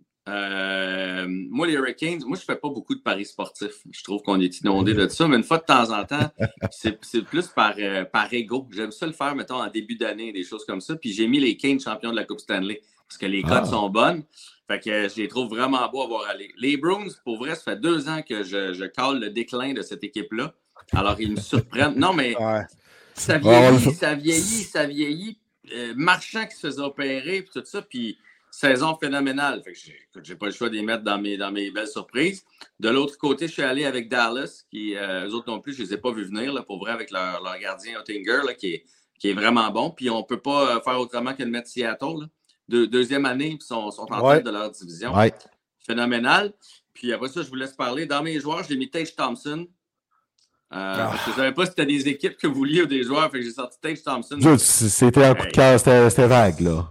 Moi, les Hurricanes, je fais pas beaucoup de paris sportifs. Je trouve qu'on est inondé de ça, mais une fois de temps en temps, c'est plus par ego. J'aime ça le faire, mettons, en début d'année, des choses comme ça. Puis j'ai mis les Kings champions de la Coupe Stanley parce que les cotes sont bonnes. Fait que je les trouve vraiment beaux à voir aller. Les Bruins, pour vrai, ça fait 2 ans que je cale le déclin de cette équipe-là. Alors, ils me surprennent. Non, mais ça vieillit. Marchand qui se faisait opérer, puis tout ça, puis saison phénoménale. Fait que j'ai pas le choix de les mettre dans mes belles surprises. De l'autre côté, je suis allé avec Dallas, qui, eux autres non plus, je les ai pas vus venir, là, pour vrai, avec leur gardien Oettinger, là, qui est vraiment bon. Puis on peut pas faire autrement que de mettre Seattle, là. Deuxième année, puis sont en tête de leur division. Ouais. Phénoménal. Puis après ça, je vous laisse parler. Dans mes joueurs, j'ai mis Tage Thompson. Parce que je ne savais pas si c'était des équipes que vous vouliez ou des joueurs. Fait que j'ai sorti Tage Thompson. C'était un coup de cœur, c'était vague, là.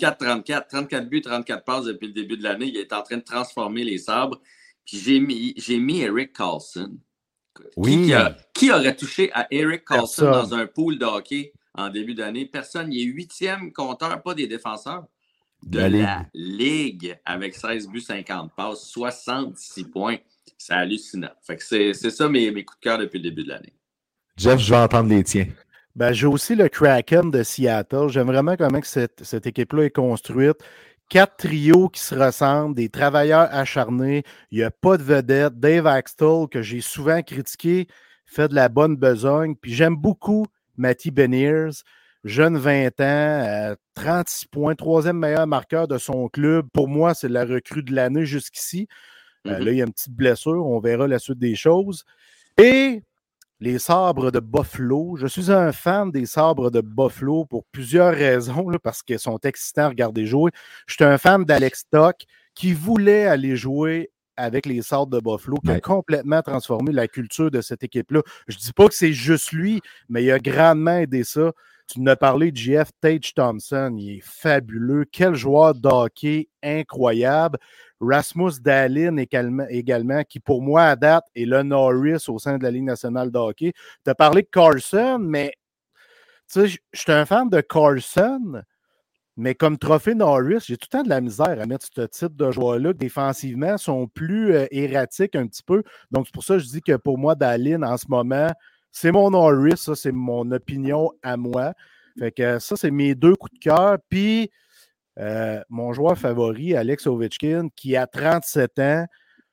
34 buts, 34 passes depuis le début de l'année. Il est en train de transformer les sabres. Puis j'ai mis Erik Karlsson. Oui. Qui aurait touché à Erik Karlsson dans un pool de hockey en début d'année? Personne. Il est 8e compteur, pas des défenseurs, de la Ligue avec 16 buts, 50 passes, 66 points. C'est hallucinant. Fait que c'est ça mes coups de cœur depuis le début de l'année. Jeff, je vais entendre les tiens. Ben, j'ai aussi le Kraken de Seattle. J'aime vraiment comment que cette équipe-là est construite. 4 trios qui se ressemblent, des travailleurs acharnés. Il n'y a pas de vedette. Dave Axtell, que j'ai souvent critiqué, fait de la bonne besogne. Puis j'aime beaucoup Matty Beniers, jeune 20 ans, 36 points, 3e meilleur marqueur de son club. Pour moi, c'est la recrue de l'année jusqu'ici. Là, il y a une petite blessure. On verra la suite des choses. Et les sabres de Buffalo. Je suis un fan des sabres de Buffalo pour plusieurs raisons, là, parce qu'ils sont excitants à regarder jouer. Je suis un fan d'Alex Stock qui voulait aller jouer avec les sabres de Buffalo, qui a complètement transformé la culture de cette équipe-là. Je ne dis pas que c'est juste lui, mais il a grandement aidé ça. Tu nous as parlé de JF Tage Thompson. Il est fabuleux. Quel joueur de hockey incroyable. Rasmus Dahlin également, qui pour moi, à date, est le Norris au sein de la Ligue nationale de hockey. Tu as parlé de Carson, mais tu sais, je suis un fan de Carson, mais comme trophée Norris, j'ai tout le temps de la misère à mettre ce type de joueurs-là. Défensivement, sont plus erratiques un petit peu. Donc, c'est pour ça que je dis que pour moi, Dahlin, en ce moment, c'est mon Norris. Ça, c'est mon opinion à moi. Fait que ça, c'est mes 2 coups de cœur. Puis, mon joueur favori, Alex Ovechkin, qui a 37 ans,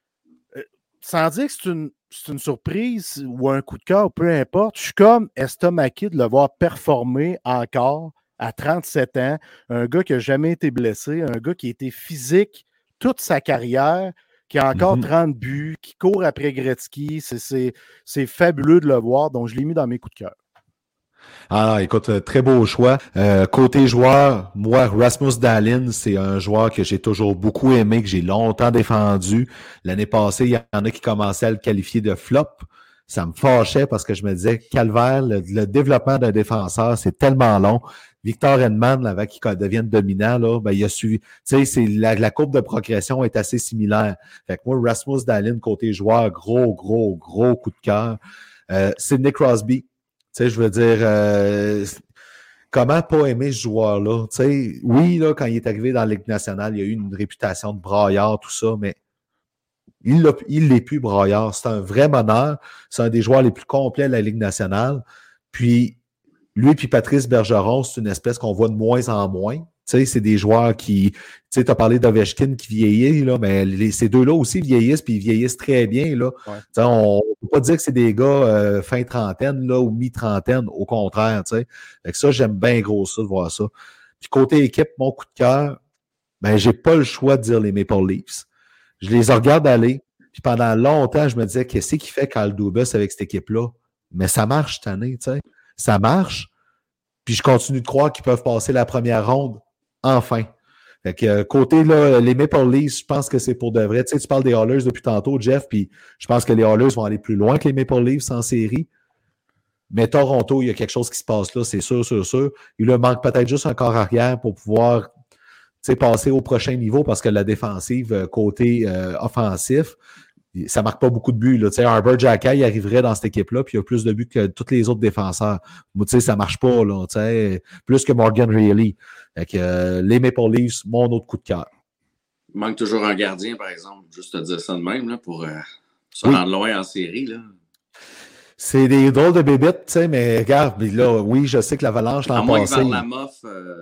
sans dire que c'est une surprise ou un coup de cœur, peu importe, je suis comme estomaqué de le voir performer encore à 37 ans. Un gars qui n'a jamais été blessé, un gars qui a été physique toute sa carrière, qui a encore 30 buts, qui court après Gretzky. C'est fabuleux de le voir, donc je l'ai mis dans mes coups de cœur. Ah, écoute, très beau choix. Côté joueur, moi, Rasmus Dahlin, c'est un joueur que j'ai toujours beaucoup aimé, que j'ai longtemps défendu. L'année passée, il y en a qui commençaient à le qualifier de flop. Ça me fâchait parce que je me disais, calvaire, le développement d'un défenseur, c'est tellement long. Victor Hedman, avant qu'il devienne dominant, là, ben, il a suivi. Tu sais, c'est la courbe de progression est assez similaire. Fait que moi, Rasmus Dahlin, côté joueur, gros coup de cœur. Sidney Crosby. Tu sais, je veux dire, comment pas aimer ce joueur-là? Tu sais, oui, là, quand il est arrivé dans la Ligue nationale, il a eu une réputation de braillard, tout ça, mais il l'est plus braillard. C'est un vrai meneur. C'est un des joueurs les plus complets de la Ligue nationale. Puis, lui et Patrice Bergeron, c'est une espèce qu'on voit de moins en moins. Tu sais, c'est des joueurs qui... Tu sais, tu as parlé d'Ovechkin qui vieillit, là, mais ces deux-là aussi vieillissent, puis ils vieillissent très bien, là. Ouais. Tu sais, on ne peut pas dire que c'est des gars fin trentaine, là, ou mi-trentaine, au contraire, tu sais. Fait que ça, j'aime bien gros ça, de voir ça. Puis côté équipe, mon coup de cœur, ben, j'ai pas le choix de dire les Maple Leafs. Je les regarde aller, puis pendant longtemps, je me disais, qu'est-ce qu'il fait Kyle Dubas avec cette équipe-là? Mais ça marche cette année, tu sais. Ça marche, puis je continue de croire qu'ils peuvent passer la première ronde, enfin. Fait que côté là, les Maple Leafs, je pense que c'est pour de vrai. Tu sais, tu parles des Oilers depuis tantôt, Jeff, puis je pense que les Oilers vont aller plus loin que les Maple Leafs en série. Mais Toronto, il y a quelque chose qui se passe là, c'est sûr. Il leur manque peut-être juste un corps arrière pour pouvoir passer au prochain niveau parce que la défensive, côté offensif, ça marque pas beaucoup de buts. Là. Arbor Xhekaj, il arriverait dans cette équipe-là, puis il y a plus de buts que tous les autres défenseurs. Mais ça marche pas, là, plus que Morgan Rielly. Fait que, les Maple Leafs, mon autre coup de cœur. Il manque toujours un gardien, par exemple, juste te dire ça de même, là, pour se rendre loin en série. Là. C'est des drôles de bébites, mais regarde, là, oui, je sais que l'Avalanche l'an passé... À moins que Varlamov...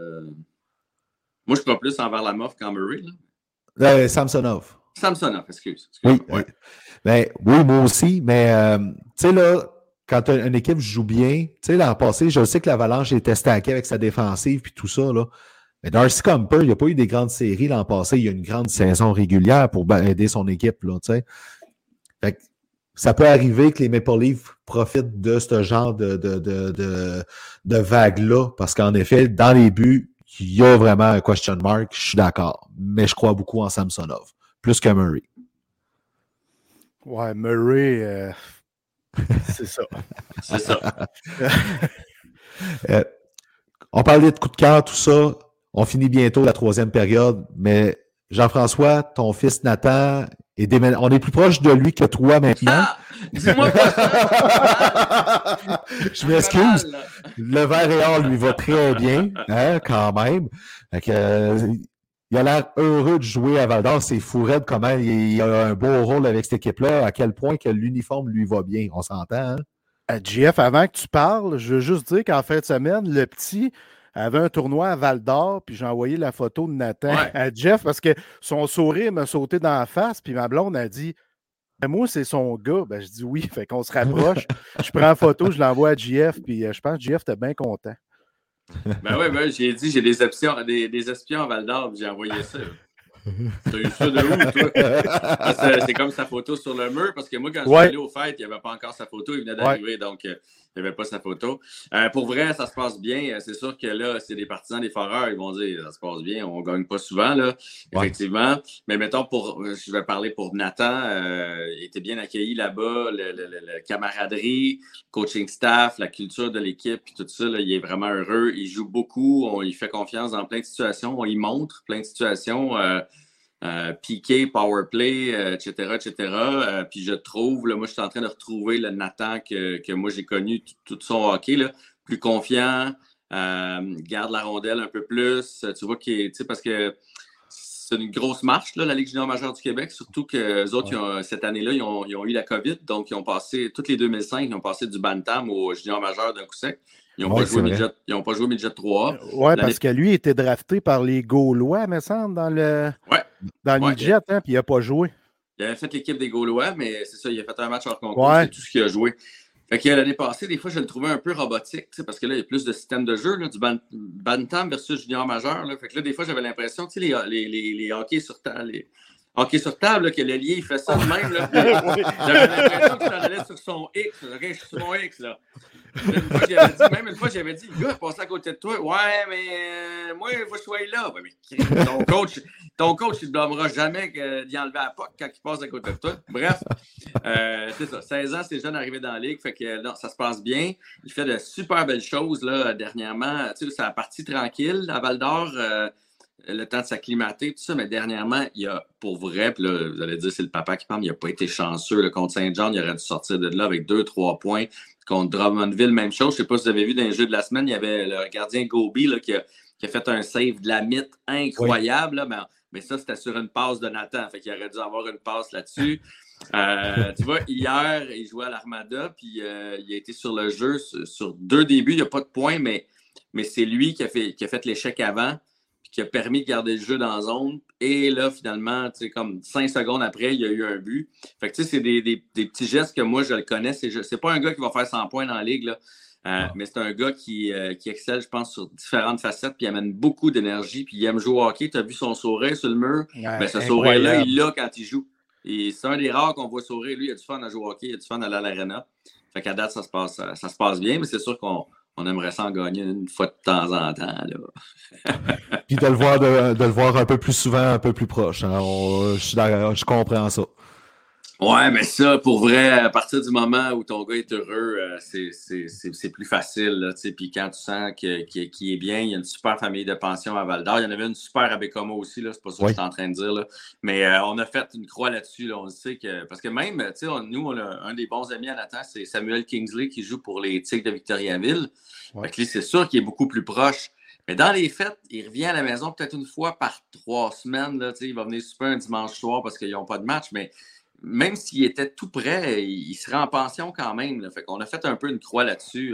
Moi, je crois plus en Varlamov qu'en Murray. Là. Samsonov. Samsonov, excuse. Oui, ouais. Oui, moi aussi, mais tu sais, là, quand une équipe joue bien, tu sais, l'an passé, je sais que l'Avalanche était stacké avec sa défensive puis tout ça, là. Mais Darcy Kuemper, il n'y a pas eu des grandes séries l'an passé, il y a une grande saison régulière pour aider son équipe, là, tu sais. Fait que ça peut arriver que les Maple Leafs profitent de ce genre de vague-là, parce qu'en effet, dans les buts, il y a vraiment un question mark, je suis d'accord, mais je crois beaucoup en Samsonov. Plus que Murray. Ouais, Murray, c'est ça. C'est ça. On parlait de coup de cœur, tout ça. On finit bientôt la troisième période, mais Jean-François, ton fils Nathan, on est plus proche de lui que toi maintenant. Ah! Dis-moi pas ça! Je m'excuse. Le vert et or lui va très bien, hein, quand même. Fait que, il a l'air heureux de jouer à Val-d'Or. C'est fou raide comment il a un beau rôle avec cette équipe-là, à quel point que l'uniforme lui va bien. On s'entend, hein? JF, avant que tu parles, je veux juste dire qu'en fin de semaine, le petit avait un tournoi à Val-d'Or, puis j'ai envoyé la photo de Nathan à Jeff parce que son sourire m'a sauté dans la face, puis ma blonde a dit « Moi, c'est son gars. » Ben, je dis oui, fait qu'on se rapproche. Je prends la photo, je l'envoie à JF, puis je pense que JF était bien content. Ben oui, j'ai dit, j'ai des espions à Val-d'Or, j'ai envoyé ça. T'as eu ça de où, toi? C'est comme sa photo sur le mur, parce que moi, quand je suis allé aux fêtes, il n'y avait pas encore sa photo, il venait d'arriver, donc il n'y avait pas sa photo. Pour vrai, ça se passe bien. C'est sûr que là, c'est des partisans des Foreurs, ils vont dire, ça se passe bien, on ne gagne pas souvent, là, effectivement. Mais mettons, je vais parler pour Nathan, il était bien accueilli là-bas, la camaraderie, coaching staff, la culture de l'équipe, puis tout ça, là, il est vraiment heureux. Il joue beaucoup, il fait confiance dans plein de situations, on y montre plein de situations. Piqué, powerplay, etc. Puis je trouve, là, moi, je suis en train de retrouver le Nathan que moi, j'ai connu tout son hockey, là, plus confiant, garde la rondelle un peu plus. Tu vois, parce que c'est une grosse marche, là, la Ligue junior majeure du Québec, surtout que les autres, cette année-là, ils ont eu la COVID, donc ils ont passé, toutes les 2005, ils ont passé du bantam au junior majeur d'un coup sec. Ils n'ont pas joué midget 3A. Oui, parce que lui, il était drafté par les Gaulois, me semble, dans le midget, hein, puis il n'a pas joué. Il avait fait l'équipe des Gaulois, mais c'est ça, il a fait un match hors concours, c'est tout ce qu'il a joué. Fait que l'année passée, des fois, je le trouvais un peu robotique, parce que là, il y a plus de système de jeu, là, du bantam versus junior majeur. Là. Fait que là, des fois, j'avais l'impression, tu sais, les hockey sur table, hockey sur table, là, que l'ailier, il fait ça de même. Là, j'avais l'impression qu'il s'en allait sur son X. OK, je suis sur mon X, là. Une fois, j'avais dit, le gars, passe à côté de toi. Ouais, mais moi, il faut que je sois là. Ouais, mais ton coach, il ne blâmera jamais d'y enlever la POC quand il passe à côté de toi. Bref, c'est ça. 16 ans, c'est jeune arrivé dans la ligue. Fait que non, ça se passe bien. Il fait de super belles choses là, dernièrement. Tu sais, c'est la partie tranquille à Val-d'Or. Le temps de s'acclimater, tout ça, mais dernièrement, il y a, pour vrai, puis là, vous allez dire, c'est le papa qui parle, il n'a pas été chanceux. Là, contre Saint-Jean, il aurait dû sortir de là avec 2-3 points. Contre Drummondville, même chose. Je ne sais pas si vous avez vu dans les jeux de la semaine, il y avait le gardien Gobi là, qui a fait un save de la mythe incroyable. Là, mais ça, c'était sur une passe de Nathan. Fait qu'il aurait dû avoir une passe là-dessus. Tu vois, hier, il jouait à l'Armada, puis il a été sur le jeu sur 2 débuts. Il n'y a pas de points, mais c'est lui qui a fait l'échec avant, puis qui a permis de garder le jeu dans la zone. Et là, finalement, tu sais, comme 5 secondes après, il y a eu un but. Fait que tu sais, c'est des petits gestes que moi, je le connais. C'est pas un gars qui va faire 100 points dans la ligue, là. Mais c'est un gars qui excelle, je pense, sur différentes facettes, puis il amène beaucoup d'énergie, puis il aime jouer au hockey. Tu as vu son sourire sur le mur? Ben, ce sourire-là, il l'a quand il joue. Et c'est un des rares qu'on voit sourire. Lui, il a du fun à jouer au hockey, il a du fun à aller à l'aréna. Fait qu'à date, ça se passe bien, mais c'est sûr qu'on aimerait s'en gagner une fois de temps en temps. Là. Puis de le voir un peu plus souvent, un peu plus proche. Hein. Je comprends ça. Ouais, mais ça, pour vrai, à partir du moment où ton gars est heureux, c'est plus facile. Là, puis quand tu sens qu'il est bien, il y a une super famille de pension à Val-d'Or. Il y en avait une super à Bécomo aussi, là, c'est pas ça que je suis en train de dire. Là. Mais on a fait une croix là-dessus. Là, on sait que. Parce que même, nous, on a un des bons amis à Nathan, c'est Samuel Kingsley qui joue pour les Tigres de Victoriaville. Fait que lui, c'est sûr qu'il est beaucoup plus proche. Mais dans les fêtes, il revient à la maison peut-être une fois par 3 semaines. Là, il va venir souper un dimanche soir parce qu'ils n'ont pas de match, mais même s'il était tout près, il serait en pension quand même. Là. Fait qu'on a fait un peu une croix là-dessus.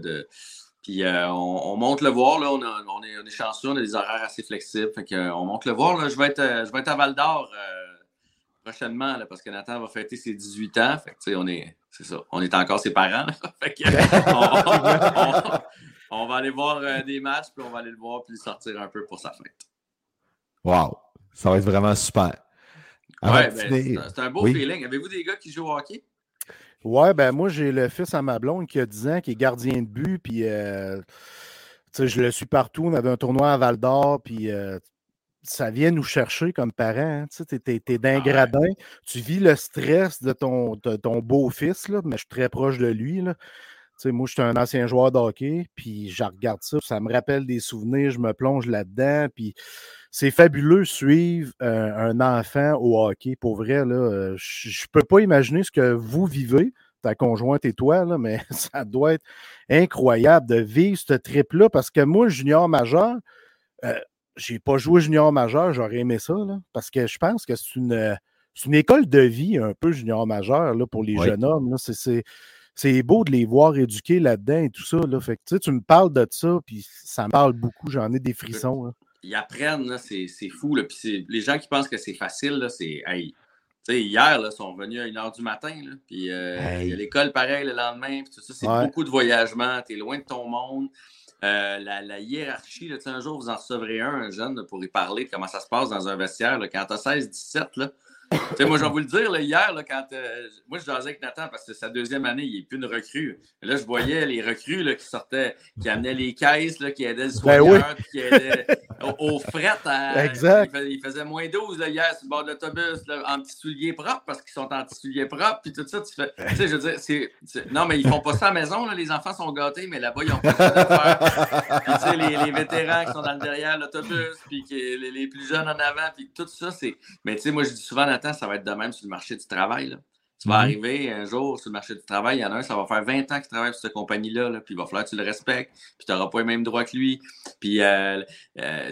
Puis on monte le voir. Là, on est chanceux, on a des horaires assez flexibles. Fait qu'on monte le voir. Là. Je vais être à Val-d'Or prochainement là, parce que Nathan va fêter ses 18 ans. Fait que, c'est ça. On est encore ses parents. Fait que, on va aller voir des matchs, puis on va aller le voir, puis le sortir un peu pour sa fête. Wow! Ça va être vraiment super. Ouais, c'est un beau feeling. Avez-vous des gars qui jouent au hockey? Ouais, ben moi, j'ai le fils à ma blonde qui a 10 ans, qui est gardien de but, puis je le suis partout. On avait un tournoi à Val-d'Or, puis ça vient nous chercher comme parents. Hein. Tu es d'un gradin, tu vis le stress de ton beau-fils, là, mais je suis très proche de lui. Là. Moi, je suis un ancien joueur de hockey, puis je regarde ça, ça me rappelle des souvenirs, je me plonge là-dedans, puis c'est fabuleux suivre un enfant au hockey. Pour vrai, là, je peux pas imaginer ce que vous vivez, ta conjointe et toi, là, mais ça doit être incroyable de vivre ce trip-là, parce que moi, junior majeur, j'ai pas joué junior majeur, j'aurais aimé ça, là, parce que je pense que c'est une école de vie un peu junior majeur là, pour les jeunes hommes. Là. C'est beau de les voir éduquer là-dedans et tout ça. Là. Fait que, tu me parles de ça, puis ça me parle beaucoup. J'en ai des frissons. Là. Ils apprennent, là, c'est fou. Là. Puis les gens qui pensent que c'est facile, là, c'est... Hey, hier, là, ils sont venus à 1h du matin. Là, puis il y a l'école pareil le lendemain. Puis tout ça, c'est beaucoup de voyagement. Tu es loin de ton monde. La hiérarchie, là, un jour, vous en recevrez un jeune là, pour y parler de comment ça se passe dans un vestiaire. Là, quand tu as 16-17, là, moi, je vais vous le dire, là, hier, là, quand moi, je jasais avec Nathan parce que c'est sa 2e année, il n'est plus une recrue. Là, je voyais les recrues là, qui sortaient, qui amenaient les caisses, là, qui aidaient le soigneur, puis qui aidaient au fret. Exact. Il faisait moins 12 là, hier sur le bord de l'autobus, là, en petits souliers propres, parce qu'ils sont en petits souliers propres, puis tout ça, tu fais. Tu sais, je veux dire, non, mais ils font pas ça à la maison, là, les enfants sont gâtés, mais là-bas, ils ont pas ça de faire. Puis, tu sais, les vétérans qui sont dans le derrière l'autobus, puis les plus jeunes en avant, puis tout ça, c'est. Mais tu sais, moi, je dis souvent, Nathan, ça va être de même sur le marché du travail. Là. Tu vas arriver un jour sur le marché du travail, il y en a un, ça va faire 20 ans qu'il travaille pour cette compagnie-là, là, puis il va falloir que tu le respectes, puis tu n'auras pas les mêmes droits que lui. Puis, tu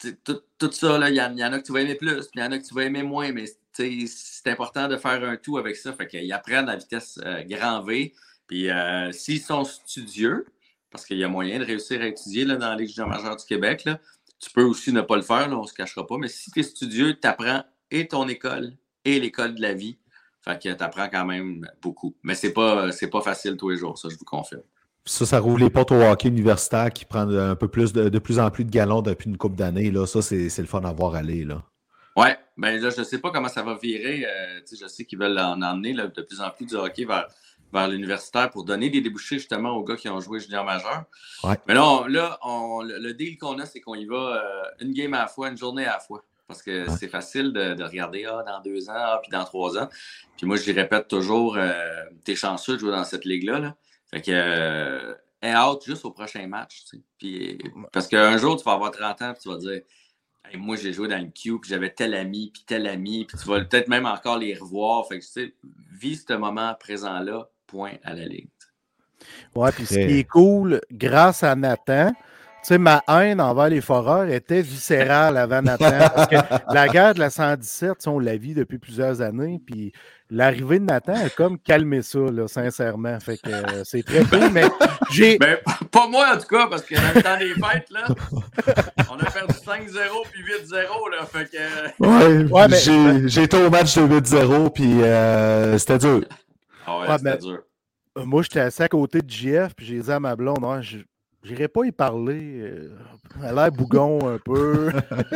tout ça, il y en a que tu vas aimer plus, puis il y en a que tu vas aimer moins, mais c'est important de faire un tout avec ça. Fait qu'ils apprennent à vitesse grand V. Puis s'ils sont studieux, parce qu'il y a moyen de réussir à étudier là, dans la Ligue junior majeure du Québec, là, tu peux aussi ne pas le faire, là, on ne se cachera pas. Mais si tu es studieux, tu apprends et ton école et l'école de la vie. Fait que tu apprends quand même beaucoup. Mais c'est pas facile tous les jours, ça, je vous confirme. Ça rouvre les portes au hockey universitaire qui prend un peu plus de plus en plus de galons depuis une couple d'années. Là. Ça, c'est le fun à voir aller. Là. Oui, bien là, je ne sais pas comment ça va virer. Je sais qu'ils veulent en emmener là, de plus en plus du hockey vers l'universitaire pour donner des débouchés justement aux gars qui ont joué junior majeur. Ouais. Mais là, le deal qu'on a, c'est qu'on y va une game à la fois, une journée à la fois. Parce que c'est facile de regarder dans 2 ans, puis dans 3 ans. Puis moi, je lui répète toujours, t'es chanceux de jouer dans cette ligue-là. Là. Fait que aie hâte juste au prochain match. Tu sais. Puis, parce qu'un jour, tu vas avoir 30 ans, puis tu vas dire hey, moi, j'ai joué dans le Q, puis j'avais tel ami, puis tu vas peut-être même encore les revoir. Fait que tu sais, vis ce moment présent-là, point à la ligue. Ouais, puis ce qui est cool, grâce à Nathan, tu sais, ma haine envers les foreurs était viscérale avant Nathan. Parce que la guerre de la 117, on la vit depuis plusieurs années. Puis l'arrivée de Nathan a comme calmé ça, là, sincèrement. Fait que c'est très cool. Mais j'ai. Ben, pas moi, en tout cas, parce que dans le temps des fêtes, là, on a perdu 5-0 puis 8-0. Là, fait que. Ouais, mais... j'ai été au match de 8-0, puis c'était dur. Ah ouais, c'était dur. Moi, j'étais assis à côté de JF, puis j'ai dit à ma blonde, ouais, j'irais pas y parler. Elle a l'air bougon un peu.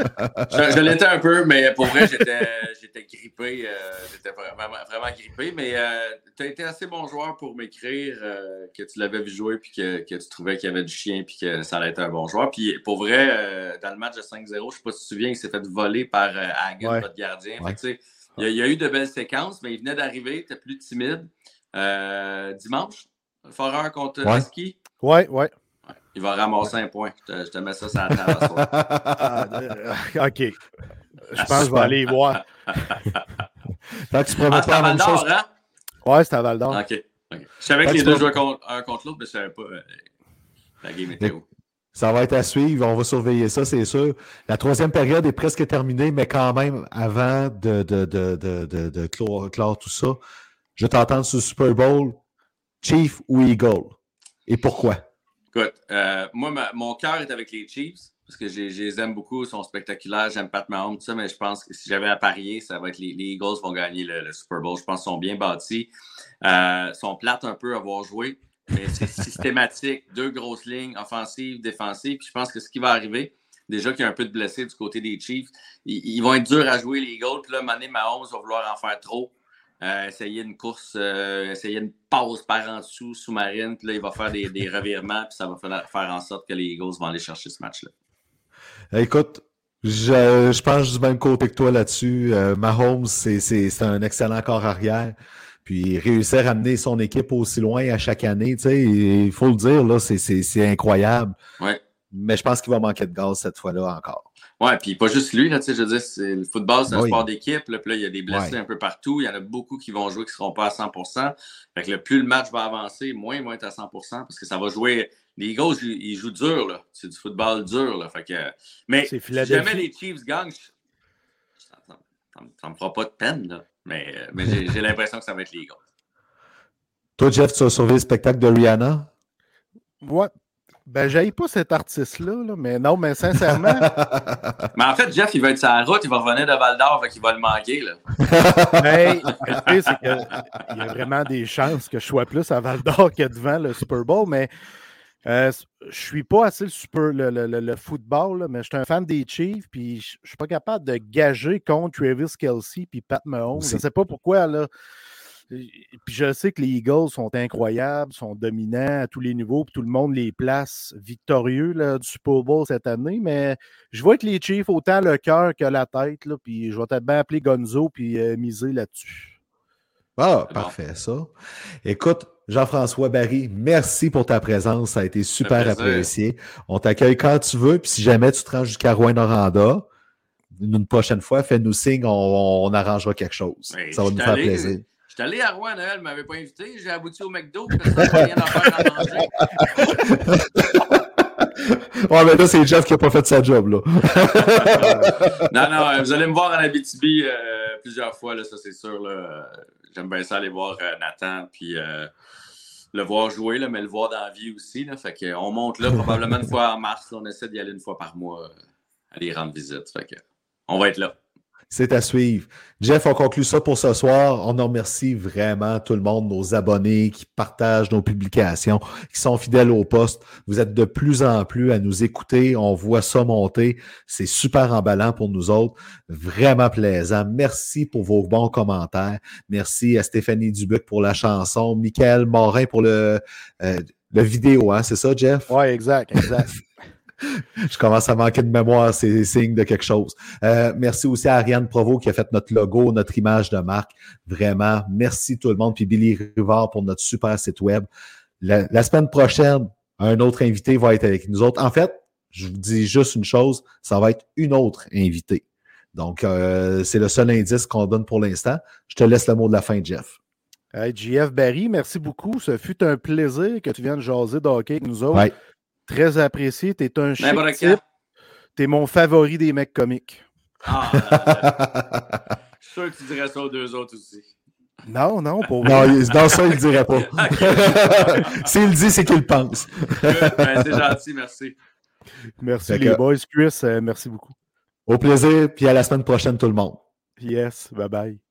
je l'étais un peu, mais pour vrai, j'étais grippé. J'étais vraiment grippé. Mais tu as été assez bon joueur pour m'écrire que tu l'avais vu jouer puis que tu trouvais qu'il y avait du chien puis que ça allait être un bon joueur. Puis pour vrai, dans le match de 5-0, je ne sais pas si tu te souviens, il s'est fait voler par Hagen, votre gardien. Ouais. Fait que, il y a eu de belles séquences, mais il venait d'arriver, tu étais plus timide. Dimanche, Foreur contre Husky. Ouais. Il va ramasser un point. Je te mets ça sur la table à soir. OK. Je pense que je vais aller voir. Fait que tu promets pas la même chose. Hein? Ouais, c'était à Val d'Or. OK. Je savais que les deux jouaient un contre l'autre, mais je savais pas la game était où. Ça va être à suivre. On va surveiller ça, c'est sûr. La 3e période est presque terminée, mais quand même, avant de clore tout ça, je t'entends sur le Super Bowl, Chiefs ou Eagles? Et pourquoi? Écoute, moi, mon cœur est avec les Chiefs parce que je les aime beaucoup, ils sont spectaculaires, j'aime Pat Mahomes, tout ça, mais je pense que si j'avais à parier, ça va être les Eagles vont gagner le Super Bowl. Je pense qu'ils sont bien bâtis. Ils sont plates un peu à avoir joué, mais c'est systématique. 2 grosses lignes, offensive, défensive. Puis je pense que ce qui va arriver, déjà qu'il y a un peu de blessés du côté des Chiefs, ils vont être durs à jouer, les Eagles. Puis là, Mahomes va vouloir en faire trop. Essayer une course, essayer une passe par en dessous, sous-marine, puis là, il va faire des revirements, puis ça va faire en sorte que les Eagles vont aller chercher ce match-là. Écoute, je pense du même côté que toi là-dessus. Mahomes, c'est un excellent corps arrière. Puis réussir à amener son équipe aussi loin à chaque année, tu sais, il faut le dire, là, c'est incroyable. Ouais. Mais je pense qu'il va manquer de gaz cette fois-là encore. Ouais, puis pas juste lui, là, tu sais, je veux dire, le football, c'est un sport d'équipe, là, puis là, il y a des blessés un peu partout, il y en a beaucoup qui vont jouer qui ne seront pas à 100%. Fait que plus le match va avancer, moins ils vont être à 100%, parce que ça va jouer... Les Eagles, ils jouent dur, là. C'est du football dur, là. Fait que... Mais si jamais les Chiefs gagnent, ça me fera pas de peine, là. Mais j'ai l'impression que ça va être les Eagles. Toi, Jeff, tu as sauvé le spectacle de Rihanna? Ouais. Ben, j'haïs pas cet artiste-là, là, mais non, mais sincèrement. Mais en fait, Jeff, il va être sur la route, il va revenir de Val-d'Or, fait qu'il va le manquer, là. Mais le pire, c'est qu'il y a vraiment des chances que je sois plus à Val-d'Or que devant le Super Bowl, mais je suis pas assez le football, là, mais je suis un fan des Chiefs, puis je suis pas capable de gager contre Travis Kelce puis Pat Mahomes. Je sais pas pourquoi, là. Puis je sais que les Eagles sont incroyables, sont dominants à tous les niveaux, puis tout le monde les place victorieux là, du Super Bowl cette année, mais je vois que les Chiefs, autant le cœur que la tête, là, puis je vais peut-être bien appeler Gonzo puis miser là-dessus. Ah, parfait, ça. Écoute, Jean-François Barry, merci pour ta présence, ça a été super apprécié. On t'accueille quand tu veux, puis si jamais tu te rends jusqu'à Rouyn-Noranda, une prochaine fois, fais-nous signe, on arrangera quelque chose. Oui, ça va nous faire plaisir. Je suis allé à Rouen, Noël ne m'avait pas invité. J'ai abouti au McDo, parce que ça n'a rien à faire à manger. Ouais, mais là, c'est Jeff qui n'a pas fait sa job, là. Non, vous allez me voir en Abitibi plusieurs fois, là, ça c'est sûr. Là. J'aime bien ça aller voir Nathan, puis le voir jouer, là, mais le voir dans la vie aussi. Là, fait qu'on monte là probablement une fois en mars. Là, on essaie d'y aller une fois par mois, aller rendre visite. Fait que, on va être là. C'est à suivre. Jeff, on conclut ça pour ce soir. On en remercie vraiment tout le monde, nos abonnés qui partagent nos publications, qui sont fidèles au poste. Vous êtes de plus en plus à nous écouter. On voit ça monter. C'est super emballant pour nous autres. Vraiment plaisant. Merci pour vos bons commentaires. Merci à Stéphanie Dubuc pour la chanson. Michael Morin pour le vidéo, hein? C'est ça, Jeff? Oui, exact. Je commence à manquer de mémoire, c'est signe de quelque chose. Merci aussi à Ariane Provo qui a fait notre logo, notre image de marque. Vraiment, merci tout le monde. Puis Billy Rivard pour notre super site web. La semaine prochaine, un autre invité va être avec nous autres. En fait, je vous dis juste une chose, ça va être une autre invitée. Donc, c'est le seul indice qu'on donne pour l'instant. Je te laisse le mot de la fin, Jeff. Hey, JF Barry, merci beaucoup. Ce fut un plaisir que tu viennes jaser de hockey avec nous autres. Ouais. Très apprécié. Tu es un chic type. Tu es mon favori des mecs comiques. Ah, je suis sûr que tu dirais ça aux deux autres aussi. Non, pour Non, dans ça, il ne dirait pas. S'il le dit, c'est qu'il le pense. Ben, c'est gentil, merci. Merci les boys. Chris, merci beaucoup. Au plaisir, puis à la semaine prochaine, tout le monde. Yes, bye-bye.